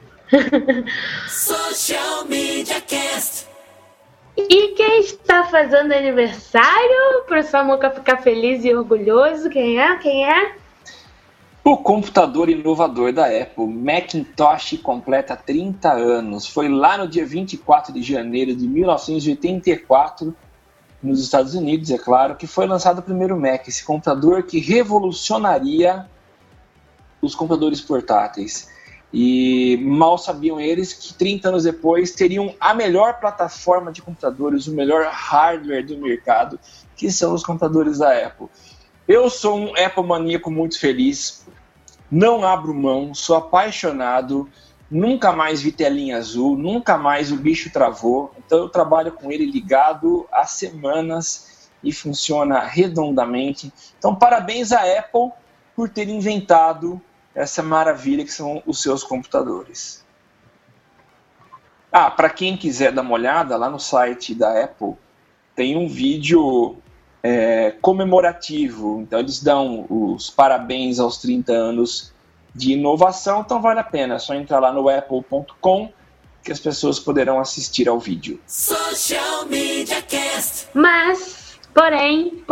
Social Media Cast. E quem está fazendo aniversário para o Samuca ficar feliz e orgulhoso? Quem é? O computador inovador da Apple, Macintosh, completa 30 anos. Foi lá no dia 24 de janeiro de 1984, nos Estados Unidos, é claro, que foi lançado o primeiro Mac, esse computador que revolucionaria os computadores portáteis. E mal sabiam eles que 30 anos depois teriam a melhor plataforma de computadores, o melhor hardware do mercado, que são os computadores da Apple. Eu sou um Apple maníaco muito feliz, não abro mão, sou apaixonado, nunca mais vi telinha azul, nunca mais o bicho travou, então eu trabalho com ele ligado há semanas e funciona redondamente. Então parabéns à Apple por ter inventado essa maravilha que são os seus computadores. Para quem quiser dar uma olhada, lá no site da Apple tem um vídeo comemorativo. Então eles dão os parabéns aos 30 anos de inovação, então vale a pena, é só entrar lá no apple.com que as pessoas poderão assistir ao vídeo. Social Media Cast. Mas, porém,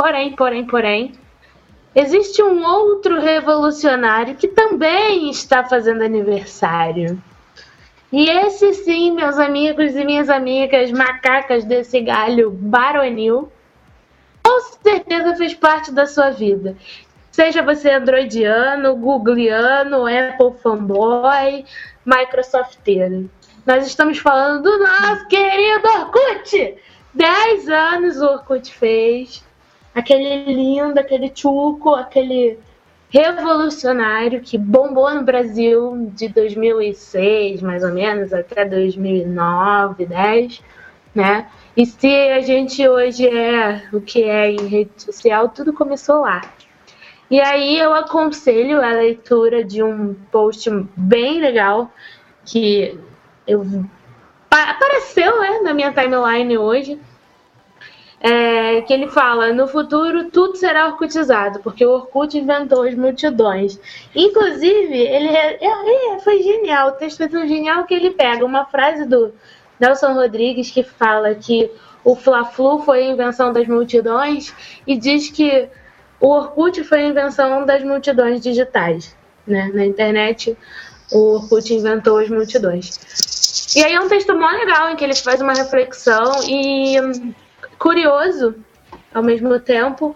existe um outro revolucionário que também está fazendo aniversário. E esse sim, meus amigos e minhas amigas, macacas desse galho baronil, com certeza fez parte da sua vida. Seja você androidiano, googleano, Apple fanboy, Microsofteiro. Nós estamos falando do nosso querido Orkut! 10 anos o Orkut fez. Aquele lindo, aquele tchuco, aquele revolucionário que bombou no Brasil de 2006, mais ou menos, até 2009, 2010, né? E se a gente hoje é o que é em rede social, tudo começou lá. E aí eu aconselho a leitura de um post bem legal que apareceu, né, na minha timeline hoje, que ele fala: no futuro tudo será orkutizado, porque o Orkut inventou as multidões. Inclusive, ele foi genial, o texto foi tão genial que ele pega uma frase do Nelson Rodrigues que fala que o Fla-Flu foi a invenção das multidões e diz que o Orkut foi a invenção das multidões digitais, né? Na internet, o Orkut inventou as multidões. E aí é um texto mó legal, em que ele faz uma reflexão e curioso, ao mesmo tempo.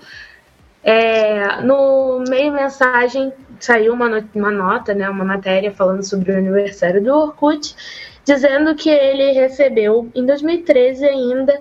No meio mensagem saiu uma nota, né, uma matéria falando sobre o aniversário do Orkut, dizendo que ele recebeu, em 2013 ainda,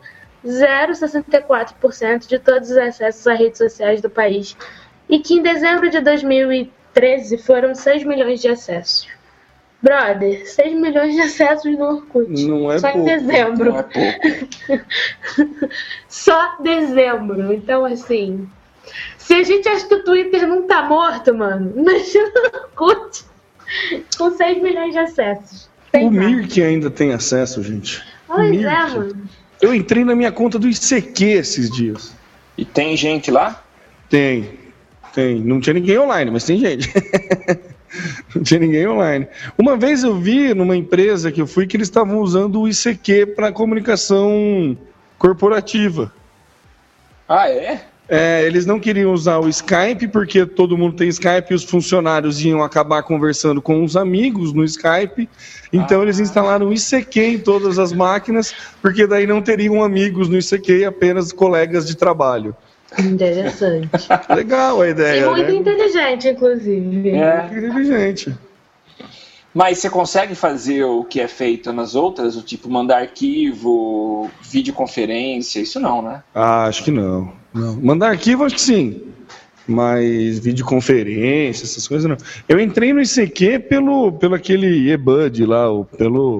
0,64% de todos os acessos a redes sociais do país, e que em dezembro de 2013 foram 6 milhões de acessos. Brother, 6 milhões de acessos no Orkut. Não é só pouco. Em dezembro. Não é pouco. Só dezembro. Então, assim, se a gente acha que o Twitter não tá morto, mano, imagina o Orkut com 6 milhões de acessos. O Mirk ainda tem acesso, gente. Pois é, mano. Eu entrei na minha conta do ICQ esses dias. E tem gente lá? Tem. Não tinha ninguém online, mas tem gente. Não tinha ninguém online. Uma vez eu vi numa empresa que eu fui que eles estavam usando o ICQ para comunicação corporativa. Ah, é? Eles não queriam usar o Skype, porque todo mundo tem Skype e os funcionários iam acabar conversando com os amigos no Skype. Então eles instalaram o ICQ em todas as máquinas, porque daí não teriam amigos no ICQ, apenas colegas de trabalho. Interessante. Legal a ideia, E muito né? inteligente, inclusive. Inteligente. Mas você consegue fazer o que é feito nas outras? O tipo mandar arquivo, videoconferência, isso não, né? Acho que não. Mandar arquivo, acho que sim. Mas videoconferência, essas coisas não. Eu entrei no ICQ pelo aquele eBud lá, pelo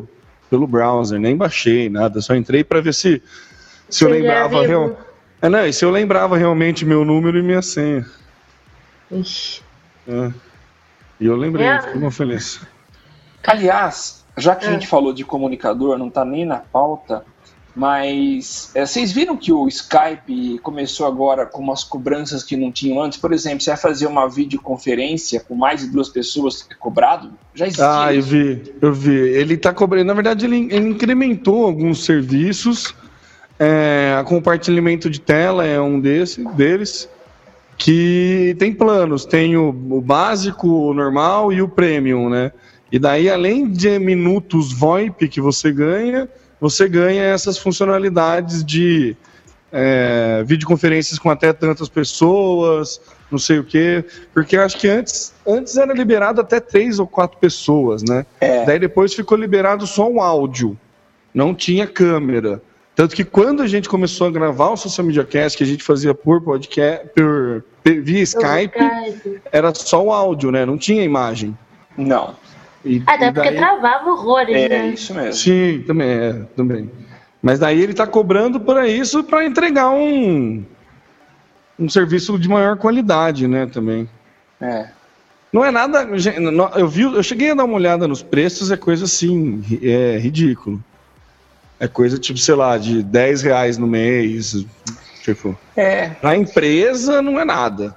pelo browser, nem baixei nada, só entrei para ver se eu lembrava realmente. Se eu lembrava realmente meu número e minha senha. Ixi. E eu lembrei, fiquei muito feliz. Aliás, já que a gente falou de comunicador, não tá nem na pauta, mas vocês viram que o Skype começou agora com umas cobranças que não tinham antes? Por exemplo, você vai fazer uma videoconferência com mais de 2 pessoas, é cobrado? Já existia isso? Eu vi. Ele tá cobrando, na verdade ele incrementou alguns serviços, a compartilhamento de tela é um deles, que tem planos, tem o básico, o normal e o premium, né? E daí, além de minutos VoIP que você ganha essas funcionalidades de videoconferências com até tantas pessoas, não sei o quê, porque eu acho que antes era liberado até 3 ou 4 pessoas, né? Daí depois ficou liberado só o áudio, não tinha câmera. Tanto que quando a gente começou a gravar o Social Media Cast, que a gente fazia por podcast, via Skype, era só o áudio, né? Não tinha imagem. Não. Até porque travava horrores, né? É isso mesmo. Sim, também. Mas daí ele está cobrando por isso para entregar um serviço de maior qualidade, né? Também. Não é nada. Eu cheguei a dar uma olhada nos preços, é coisa assim, ridículo. É coisa tipo, sei lá, de R$10 no mês. Tipo. Pra empresa não é nada.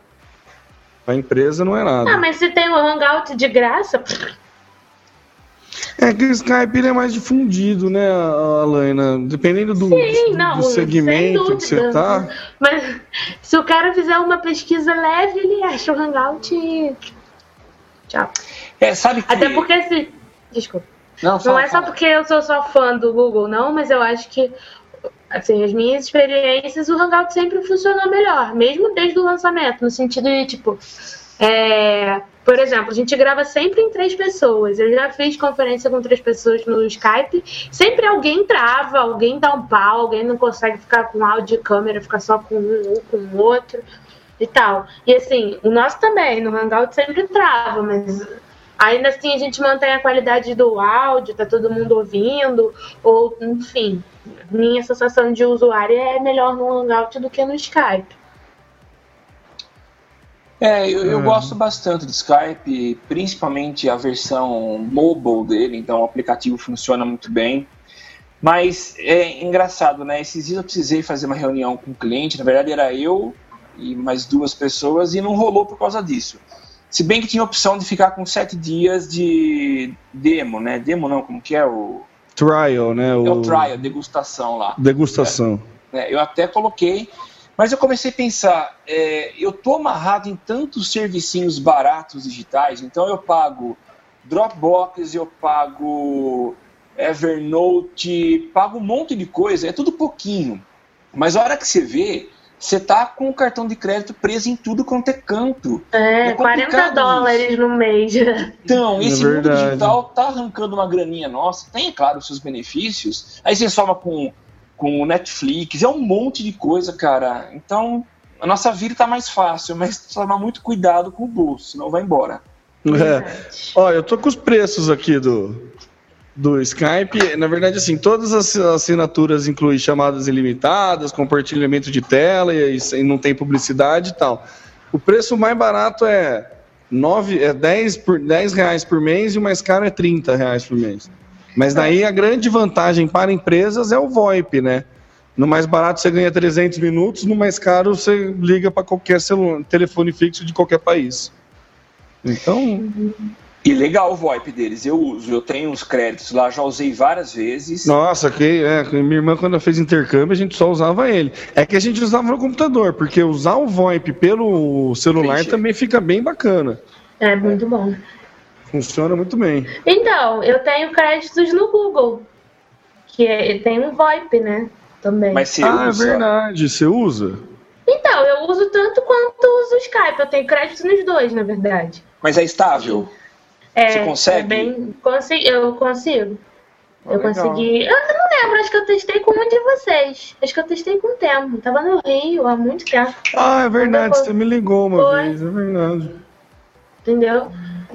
Mas se tem o Hangout de graça. É que o Skype ele é mais difundido, né, Alaina? Dependendo do segmento que você tá. Mas se o cara fizer uma pesquisa leve, ele acha o Hangout e... Tchau. Sabe que... Até porque se... Desculpa. Não é só porque eu sou só fã do Google, não, mas eu acho que, assim, as minhas experiências, o Hangout sempre funcionou melhor, mesmo desde o lançamento, no sentido de, tipo, por exemplo, a gente grava sempre em 3 pessoas. Eu já fiz conferência com 3 pessoas no Skype, sempre alguém trava, alguém dá um pau, alguém não consegue ficar com áudio e câmera, ficar só com um ou com o outro e tal. E assim, o nosso também, no Hangout sempre trava, mas... Ainda assim a gente mantém a qualidade do áudio, tá todo mundo ouvindo, ou enfim, minha sensação de usuário é melhor no Hangout do que no Skype. Eu gosto bastante do Skype, principalmente a versão mobile dele, então o aplicativo funciona muito bem. Mas é engraçado, né? Esses dias eu precisei fazer uma reunião com um cliente, na verdade era eu e mais 2 pessoas, e não rolou por causa disso. Se bem que tinha a opção de ficar com 7 dias de demo, né? Demo não, como que é o... Trial, né? O trial, degustação lá. Degustação. Eu até coloquei, mas eu comecei a pensar, eu tô amarrado em tantos servicinhos baratos digitais, então eu pago Dropbox, eu pago Evernote, pago um monte de coisa, é tudo pouquinho. Mas a hora que você vê... Você tá com o cartão de crédito preso em tudo quanto é canto. $40 isso. no mês. Então, esse mundo digital tá arrancando uma graninha nossa. Tem, claro, os seus benefícios. Aí você soma com o Netflix. É um monte de coisa, cara. Então, a nossa vida tá mais fácil. Mas tomar muito cuidado com o bolso, senão vai embora. Olha, eu tô com os preços aqui do Skype. Na verdade, assim, todas as assinaturas incluem chamadas ilimitadas, compartilhamento de tela e não tem publicidade e tal. O preço mais barato é R$10 por mês e o mais caro é R$30 por mês. Mas daí a grande vantagem para empresas é o VoIP, né? No mais barato você ganha 300 minutos, no mais caro você liga para qualquer telefone fixo de qualquer país. Então... E legal o VoIP deles, eu uso, eu tenho os créditos lá, já usei várias vezes. Nossa, minha irmã quando ela fez intercâmbio, a gente só usava ele. É que a gente usava no computador, porque usar o VoIP pelo celular também fica bem bacana. É muito bom. Funciona muito bem. Então, eu tenho créditos no Google, que tem um VoIP, né, também. Mas você usa? É verdade, você usa? Então, eu uso tanto quanto uso o Skype, eu tenho crédito nos 2, na verdade. Mas é estável? Você consegue? Eu consigo. Eu consegui. Eu não lembro, acho que eu testei com um de vocês. Acho que eu testei com o Temo. Tava no Rio há muito tempo. É verdade, você me ligou uma vez, é verdade. Entendeu?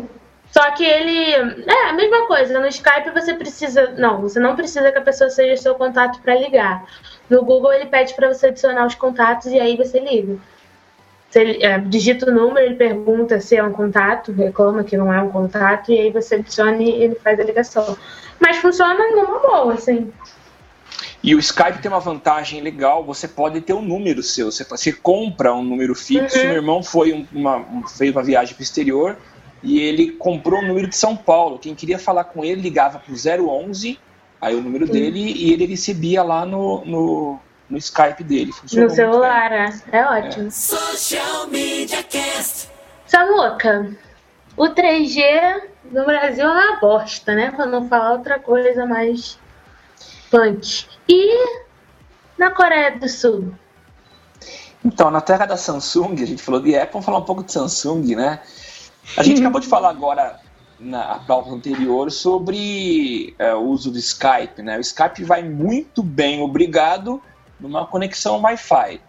Só que ele... É a mesma coisa. No Skype você precisa... Não, você não precisa que a pessoa seja seu contato para ligar. No Google ele pede para você adicionar os contatos e aí você liga. Você digita o número, ele pergunta se é um contato, reclama que não é um contato, e aí você adiciona e ele faz a ligação. Mas funciona numa boa, assim. E o Skype tem uma vantagem legal, você pode ter um número seu, você compra um número fixo. Meu irmão fez uma viagem para o exterior e ele comprou um número de São Paulo. Quem queria falar com ele ligava para o 011, aí o número dele, e ele recebia lá no Skype dele. No celular, é ótimo. Social Media Cast. Samuca, o 3G no Brasil é uma bosta, né? Pra não falar outra coisa mais punk. E na Coreia do Sul? Então, na terra da Samsung, a gente falou de Apple, vamos falar um pouco de Samsung, né? A gente acabou de falar agora, na pauta anterior, sobre o uso do Skype, né? O Skype vai muito bem, obrigado, numa conexão Wi-Fi.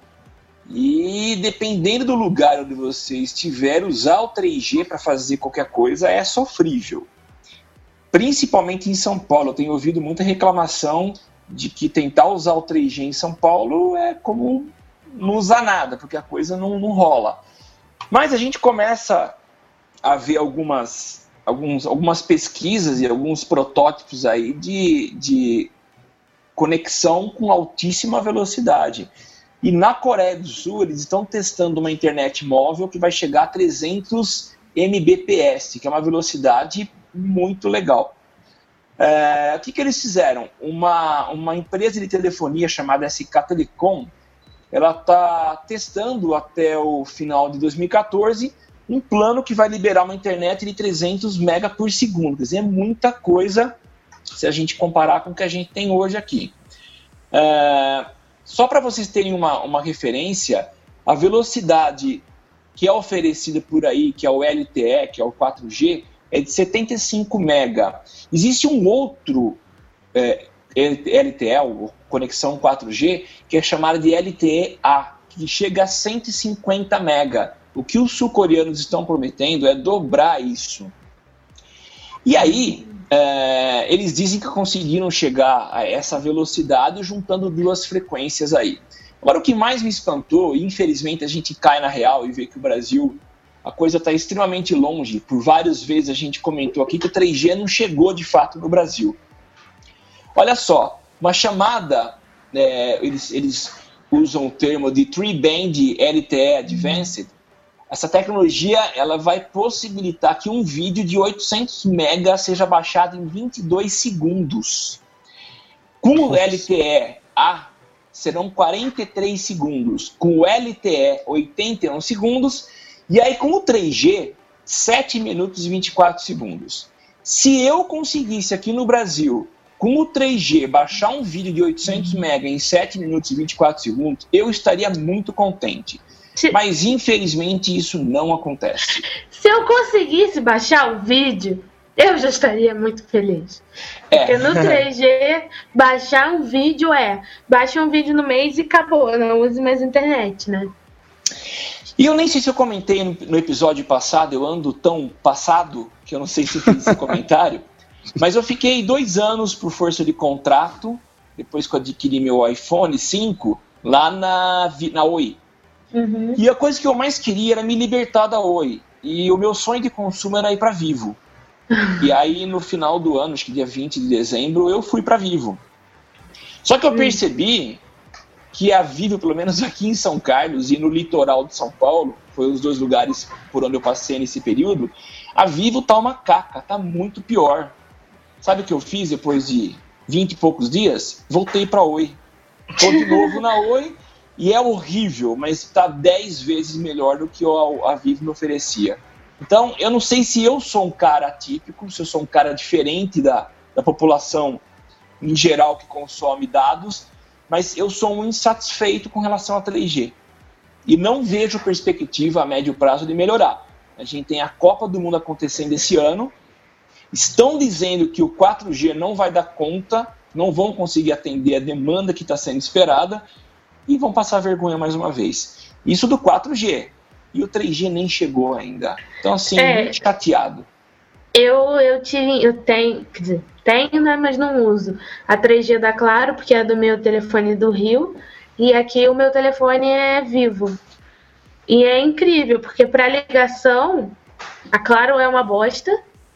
E dependendo do lugar onde você estiver, usar o 3G para fazer qualquer coisa é sofrível. Principalmente em São Paulo. Eu tenho ouvido muita reclamação de que tentar usar o 3G em São Paulo é como não usar nada, porque a coisa não rola. Mas a gente começa a ver algumas pesquisas e alguns protótipos aí de conexão com altíssima velocidade. E na Coreia do Sul, eles estão testando uma internet móvel que vai chegar a 300 Mbps, que é uma velocidade muito legal. O que eles fizeram? Uma empresa de telefonia chamada SK Telecom, ela está testando até o final de 2014 um plano que vai liberar uma internet de 300 mega por segundo. Quer dizer, é muita coisa se a gente comparar com o que a gente tem hoje aqui. Só para vocês terem uma referência, a velocidade que é oferecida por aí, que é o LTE, que é o 4G, é de 75 mega. Existe um outro LTE, ou conexão 4G, que é chamada de LTE-A, que chega a 150 mega. O que os sul-coreanos estão prometendo é dobrar isso. E aí, eles dizem que conseguiram chegar a essa velocidade juntando duas frequências aí. Agora, o que mais me espantou, e infelizmente a gente cai na real e vê que o Brasil, a coisa está extremamente longe. Por várias vezes a gente comentou aqui que o 3G não chegou de fato no Brasil. Olha só, uma chamada, eles usam o termo de Tri-Band LTE Advanced. Essa tecnologia ela vai possibilitar que um vídeo de 800 megas seja baixado em 22 segundos. Com o LTE-A, serão 43 segundos. Com o LTE, 81 segundos. E aí, com o 3G, 7 minutos e 24 segundos. Se eu conseguisse aqui no Brasil, com o 3G, baixar um vídeo de 800 megas em 7 minutos e 24 segundos, eu estaria muito contente. Mas, infelizmente, isso não acontece. Se eu conseguisse baixar o vídeo, eu já estaria muito feliz. Porque no 3G, baixar um vídeo baixa um vídeo no mês e acabou, não use mais internet, né? E eu nem sei se eu comentei no episódio passado, eu ando tão passado, que eu não sei se eu fiz esse comentário, mas eu fiquei 2 anos por força de contrato, depois que eu adquiri meu iPhone 5, lá na Oi. Uhum. E a coisa que eu mais queria era me libertar da Oi. E o meu sonho de consumo era ir para Vivo. E aí no final do ano, acho que dia 20 de dezembro, eu fui para Vivo. Só que eu percebi que a Vivo, pelo menos aqui em São Carlos e no litoral de São Paulo, foi os 2 lugares por onde eu passei nesse período, a Vivo tá uma caca, tá muito pior. Sabe o que eu fiz depois de 20 e poucos dias? Voltei para Oi. Tô de novo na Oi. E é horrível, mas está 10 vezes melhor do que a Vivo me oferecia. Então, eu não sei se eu sou um cara atípico, se eu sou um cara diferente da população em geral que consome dados, mas eu sou um insatisfeito com relação a 3G. E não vejo perspectiva a médio prazo de melhorar. A gente tem a Copa do Mundo acontecendo esse ano, estão dizendo que o 4G não vai dar conta, não vão conseguir atender a demanda que está sendo esperada, e vão passar vergonha mais uma vez. Isso do 4G. E o 3G nem chegou ainda. Então, assim, muito chateado. Eu tenho, quer dizer, tenho, né, mas não uso a 3G da Claro, porque é do meu telefone do Rio, e aqui o meu telefone é Vivo. E é incrível, porque para ligação, a Claro é uma bosta,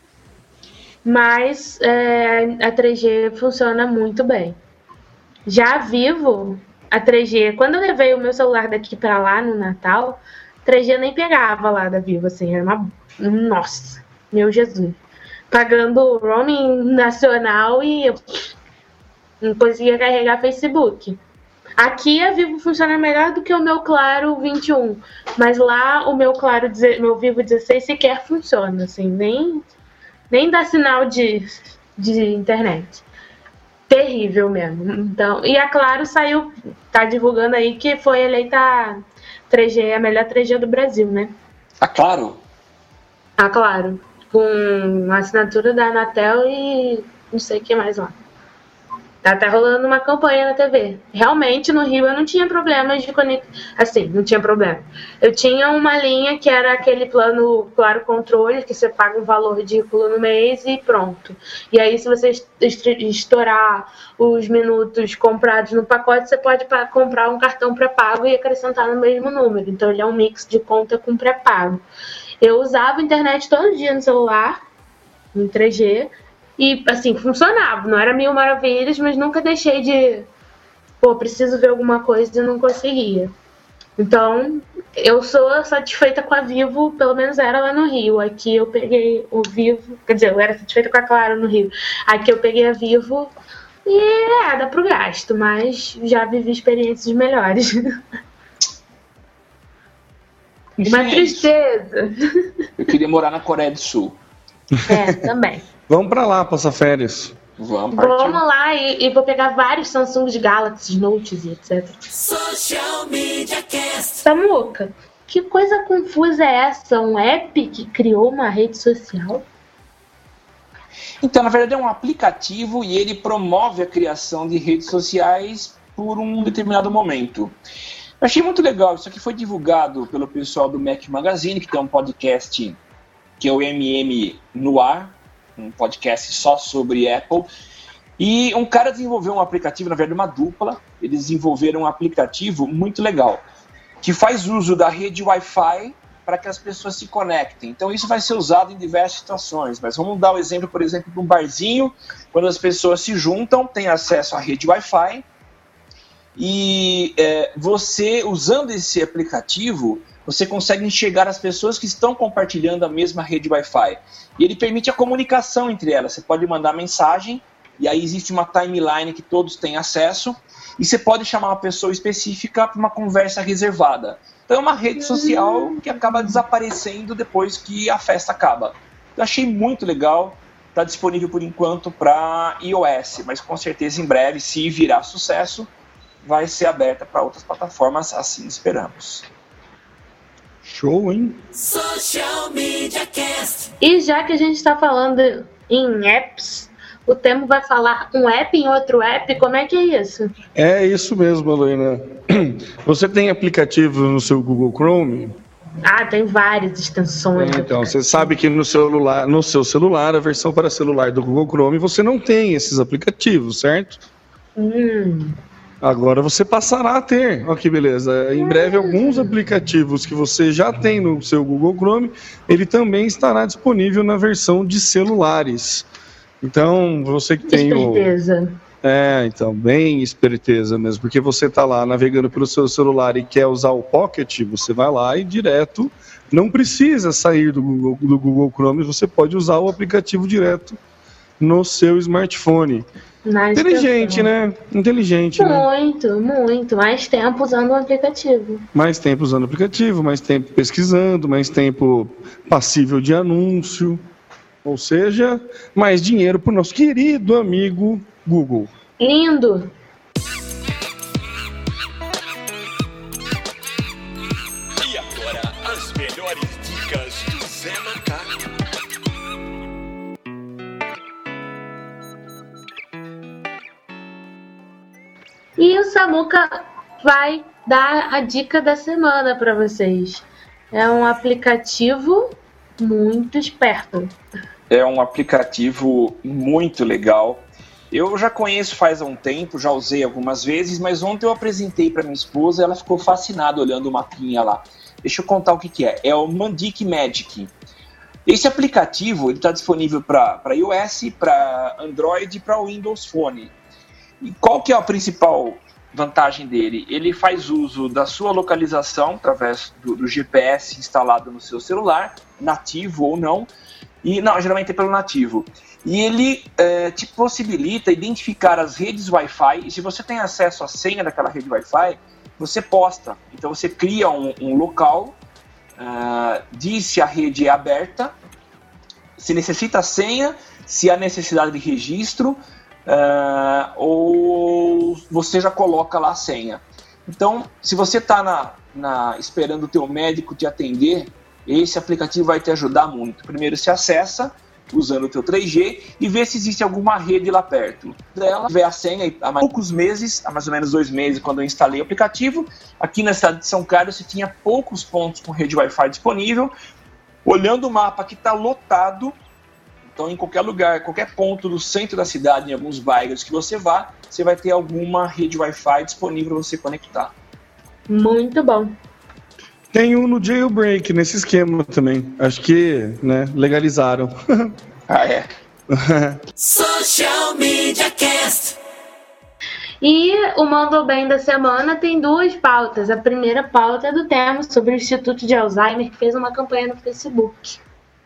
mas a 3G funciona muito bem. Já a Vivo, a 3G, quando eu levei o meu celular daqui para lá no Natal, 3G nem pegava lá da Vivo, assim, era uma... Nossa, meu Jesus. Pagando roaming nacional e eu não conseguia carregar Facebook. Aqui a Vivo funciona melhor do que o meu Claro 21, mas lá o meu Claro, meu Vivo 16 sequer funciona, assim, nem dá sinal de internet. Terrível mesmo. Então, e a Claro tá divulgando aí que foi eleita a 3G, a melhor 3G do Brasil, né? Ah, claro. A Claro, com a assinatura da Anatel e não sei o que mais lá. Tá rolando uma campanha na TV. Realmente, no Rio, eu não tinha problemas de conexão. Assim, não tinha problema. Eu tinha uma linha que era aquele plano Claro Controle, que você paga um valor ridículo no mês e pronto. E aí, se você estourar os minutos comprados no pacote, você pode comprar um cartão pré-pago e acrescentar no mesmo número. Então, ele é um mix de conta com pré-pago. Eu usava a internet todo dia no celular, em 3G, e, assim, funcionava. Não era mil maravilhas, mas nunca deixei de... preciso ver alguma coisa e não conseguia. Então, eu sou satisfeita com a Vivo, pelo menos era lá no Rio. Aqui eu peguei o Vivo... Quer dizer, eu era satisfeita com a Claro no Rio. Aqui eu peguei a Vivo e dá pro gasto, mas já vivi experiências melhores. Uma tristeza. Eu queria morar na Coreia do Sul. Também. Vamos pra lá, passar férias. Vamos lá e vou pegar vários Samsung Galaxy Notes e etc. Social Media Cast. Samuca, que coisa confusa é essa? Um app que criou uma rede social? Então, na verdade, é um aplicativo e ele promove a criação de redes sociais por um determinado momento. Eu achei muito legal. Isso aqui foi divulgado pelo pessoal do Mac Magazine, que tem um podcast que é o MM no Ar, um podcast só sobre Apple. E um cara desenvolveu um aplicativo, na verdade uma dupla, eles desenvolveram um aplicativo muito legal, que faz uso da rede Wi-Fi para que as pessoas se conectem. Então isso vai ser usado em diversas situações, mas vamos dar o exemplo, por exemplo, de um barzinho, quando as pessoas se juntam, têm acesso à rede Wi-Fi, e você, usando esse aplicativo, você consegue enxergar as pessoas que estão compartilhando a mesma rede Wi-Fi. E ele permite a comunicação entre elas. Você pode mandar mensagem, e aí existe uma timeline que todos têm acesso, e você pode chamar uma pessoa específica para uma conversa reservada. Então é uma rede social que acaba desaparecendo depois que a festa acaba. Eu achei muito legal. Está disponível por enquanto para iOS, mas com certeza em breve, se virar sucesso, vai ser aberta para outras plataformas, assim esperamos. Show, hein? Social Media Cast. E já que a gente está falando em apps, o Temo vai falar um app em outro app, como é que é isso? É isso mesmo, Helena. Você tem aplicativos no seu Google Chrome? Tem várias extensões. Então, você sabe que no seu celular, a versão para celular do Google Chrome, você não tem esses aplicativos, certo? Agora você passará a ter. Olha que beleza. Em breve, alguns aplicativos que você já tem no seu Google Chrome, ele também estará disponível na versão de celulares. Então, você que tem Esperteza. Então, bem esperteza mesmo, porque você está lá navegando pelo seu celular e quer usar o Pocket, você vai lá e direto, não precisa sair do Google Chrome, você pode usar o aplicativo direto no seu smartphone. Inteligente, né? Inteligente, muito, né? Muito. Mais tempo usando o aplicativo. Mais tempo usando o aplicativo, mais tempo pesquisando, mais tempo passível de anúncio. Ou seja, mais dinheiro para o nosso querido amigo Google. Lindo! E agora, as melhores dicas do Zé Macaco. E o Samuca vai dar a dica da semana para vocês. É um aplicativo muito esperto. é um aplicativo muito legal. Eu já conheço faz um tempo, já usei algumas vezes, mas ontem eu apresentei para minha esposa e ela ficou fascinada olhando o mapinha lá. Deixa eu contar o que é. É o Mandic Magic. Esse aplicativo está disponível para iOS, para Android e para Windows Phone. E qual que é a principal vantagem dele? Ele faz uso da sua localização através do GPS instalado no seu celular, nativo ou não, e não, geralmente é pelo nativo. E ele te possibilita identificar as redes Wi-Fi, e se você tem acesso à senha daquela rede Wi-Fi, você posta. Então você cria um local, diz se a rede é aberta, se necessita a senha, se há necessidade de registro, ou você já coloca lá a senha. Então, se você está esperando o teu médico te atender, esse aplicativo vai te ajudar muito. Primeiro, se acessa usando o teu 3G e vê se existe alguma rede lá perto dela, vê a senha. Há poucos meses, há mais ou menos 2 meses, quando eu instalei o aplicativo, aqui na cidade de São Carlos se tinha poucos pontos com rede Wi-Fi disponível. Olhando o mapa, aqui está lotado. Então, em qualquer lugar, qualquer ponto do centro da cidade, em alguns bairros que você vá, você vai ter alguma rede Wi-Fi disponível para você conectar. Muito bom. Tem um no Jailbreak, nesse esquema também. Acho que, né, legalizaram. Ah, é? Social Media Cast. E o Mandou Bem da semana tem 2 pautas. A primeira pauta é do tema sobre o Instituto de Alzheimer, que fez uma campanha no Facebook.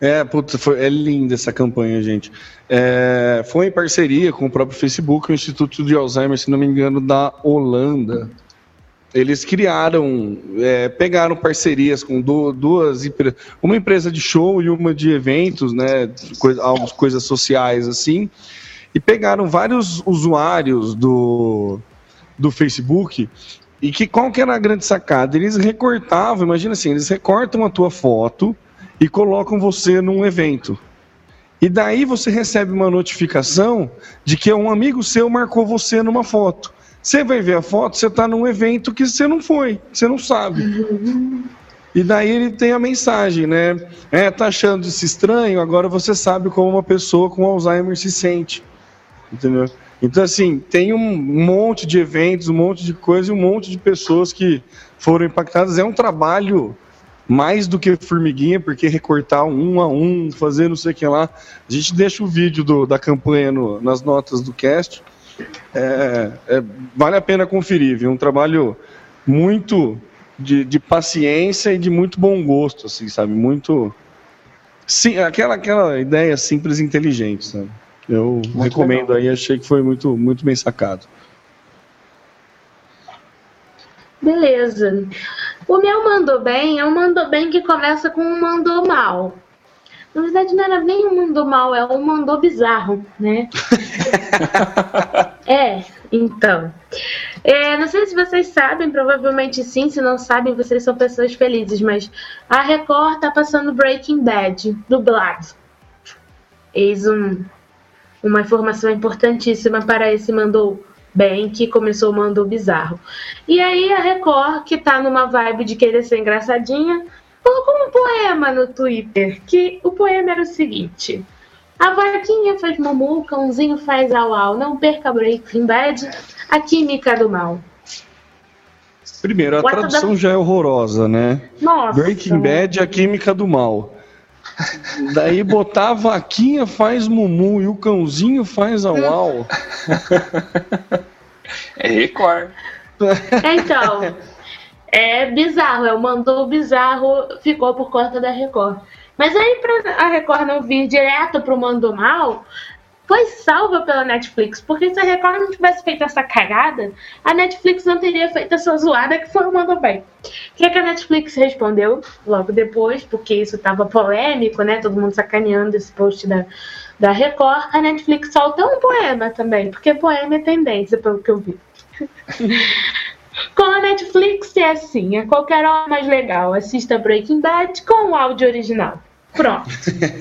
É linda essa campanha, gente. Foi em parceria com o próprio Facebook, o Instituto de Alzheimer, se não me engano, da Holanda. Eles pegaram parcerias com duas empresas, uma empresa de show e uma de eventos, né, coisas sociais assim, e pegaram vários usuários do Facebook. E qual que era a grande sacada? Eles recortavam, imagina assim, eles recortam a tua foto e colocam você num evento. E daí você recebe uma notificação de que um amigo seu marcou você numa foto. Você vai ver a foto, você está num evento que você não foi, você não sabe. E daí ele tem a mensagem, né? Tá achando isso estranho? Agora você sabe como uma pessoa com Alzheimer se sente. Entendeu? Então, assim, tem um monte de eventos, um monte de coisa e um monte de pessoas que foram impactadas. É um trabalho mais do que formiguinha, porque recortar um a um, fazer não sei o que lá. A gente deixa o vídeo da campanha nas notas do cast. Vale a pena conferir, viu? Um trabalho muito de paciência e de muito bom gosto, assim, sabe? Muito... Sim, aquela ideia simples e inteligente, sabe? Eu muito recomendo legal. Aí, achei que foi muito, muito bem sacado. Beleza. O meu Mandou Bem é um Mandou Bem que começa com um Mandou Mal. Na verdade, não era nem um Mandou Mal, é um Mandou Bizarro, né? Então. Não sei se vocês sabem, provavelmente sim. Se não sabem, vocês são pessoas felizes. Mas a Record tá passando Breaking Bad, dublado. Eis uma informação importantíssima para esse Mandou Bem, que começou o Mandou Bizarro. E aí a Record, que tá numa vibe de querer ser engraçadinha, colocou um poema no Twitter, que o poema era o seguinte: a vaquinha faz mumu, o cãozinho faz au-au, não perca Breaking Bad, a química do mal. Primeiro, a tradução já é horrorosa, né? Nossa. Breaking Bad, a química do mal. Daí botar a vaquinha faz mumu e o cãozinho faz au-au. É Record. Então, é bizarro, o Mandou Bizarro ficou por conta da Record. Mas aí, pra a Record não vir direto pro Mandou Mal, foi salva pela Netflix. Porque se a Record não tivesse feito essa cagada, a Netflix não teria feito essa zoada que foi o Mandou Bem. O que a Netflix respondeu logo depois, porque isso tava polêmico, né? Todo mundo sacaneando esse post da Record. A Netflix soltou um poema também, porque poema é tendência, pelo que eu vi. Com a Netflix é assim, a qualquer hora mais legal, assista Breaking Bad com o áudio original. Pronto.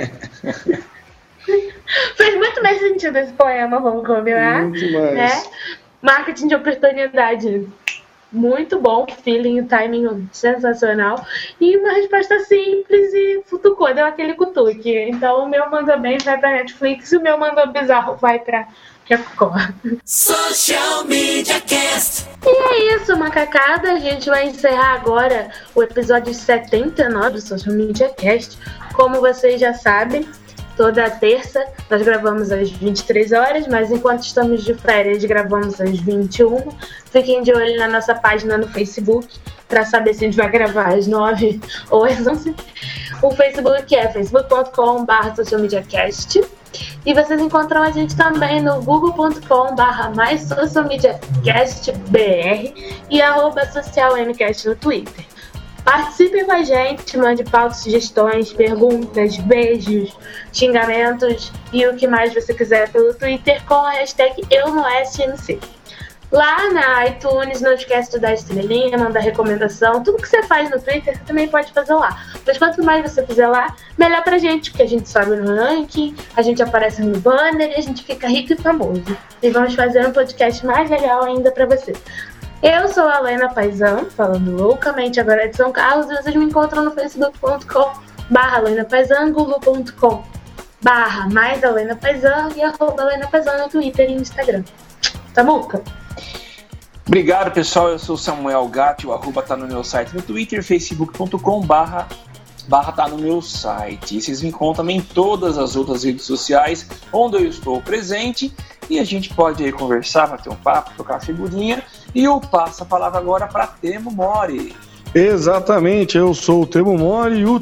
Fez muito mais sentido esse poema, vamos combinar. Muito mais. Né? Marketing de oportunidade muito bom, feeling, timing sensacional. E uma resposta simples e futucou, deu aquele cutuque. Então o meu Manda Bem vai pra Netflix e o meu Manda Bizarro vai pra Record. Social Media Cast. E é isso, macacada. A gente vai encerrar agora o episódio 79 do Social Media Cast. Como vocês já sabem, toda terça nós gravamos às 23 horas, mas enquanto estamos de férias gravamos às 21. Fiquem de olho na nossa página no Facebook para saber se a gente vai gravar às 9 ou às 11. O Facebook é facebook.com/socialmediacast. E vocês encontram a gente também no google.com/socialmediacastbr e @socialmcast no Twitter. Participem com a gente, mande pautas, sugestões, perguntas, beijos, xingamentos e o que mais você quiser pelo Twitter com a hashtag EuNoSMC. Lá na iTunes, não esquece de dar estrelinha, mandar recomendação. Tudo que você faz no Twitter, você também pode fazer lá. Mas quanto mais você fizer lá, melhor pra gente, porque a gente sobe no ranking, a gente aparece no banner e a gente fica rico e famoso. E vamos fazer um podcast mais legal ainda pra você. Eu sou a Helena Paizan, falando loucamente agora de São Carlos, e vocês me encontram no facebook.com/Helena Paizan, google.com/mais Paizan e @Helena Paizan no Twitter e Instagram. Tamuca? Obrigado, pessoal. Eu sou o Samuel Gatti, o arroba tá no meu site no Twitter, facebook.com/tá no meu site. E vocês me encontram em todas as outras redes sociais onde eu estou presente e a gente pode aí conversar, bater um papo, trocar figurinha. E eu passo a palavra agora para Temo Mori. Exatamente, eu sou o Temo Mori, o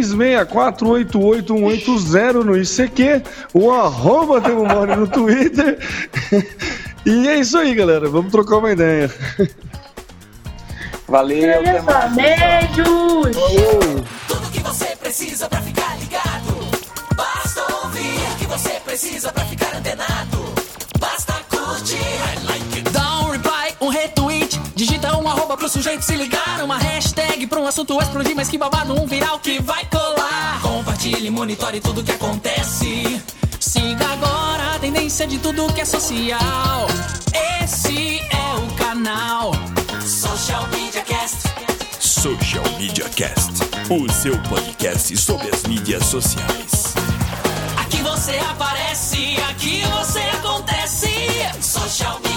364888180 no ICQ, o arroba Temo Mori no Twitter. E é isso aí, galera. Vamos trocar uma ideia. Valeu, até mais. Beijos! Tudo que você precisa pra ficar ligado. Basta ouvir o que você precisa pra ficar antenado. Basta curtir. I like it. Dá um reply, um retweet. Digita um arroba pro sujeito se ligar. Uma hashtag pra um assunto explodir, mas que babado, um viral que vai colar. Compartilhe, monitore tudo que acontece. Siga agora a tendência de tudo que é social. Esse é o canal Social Media Cast. Social Media Cast, o seu podcast sobre as mídias sociais. Aqui você aparece, aqui você acontece. Social Media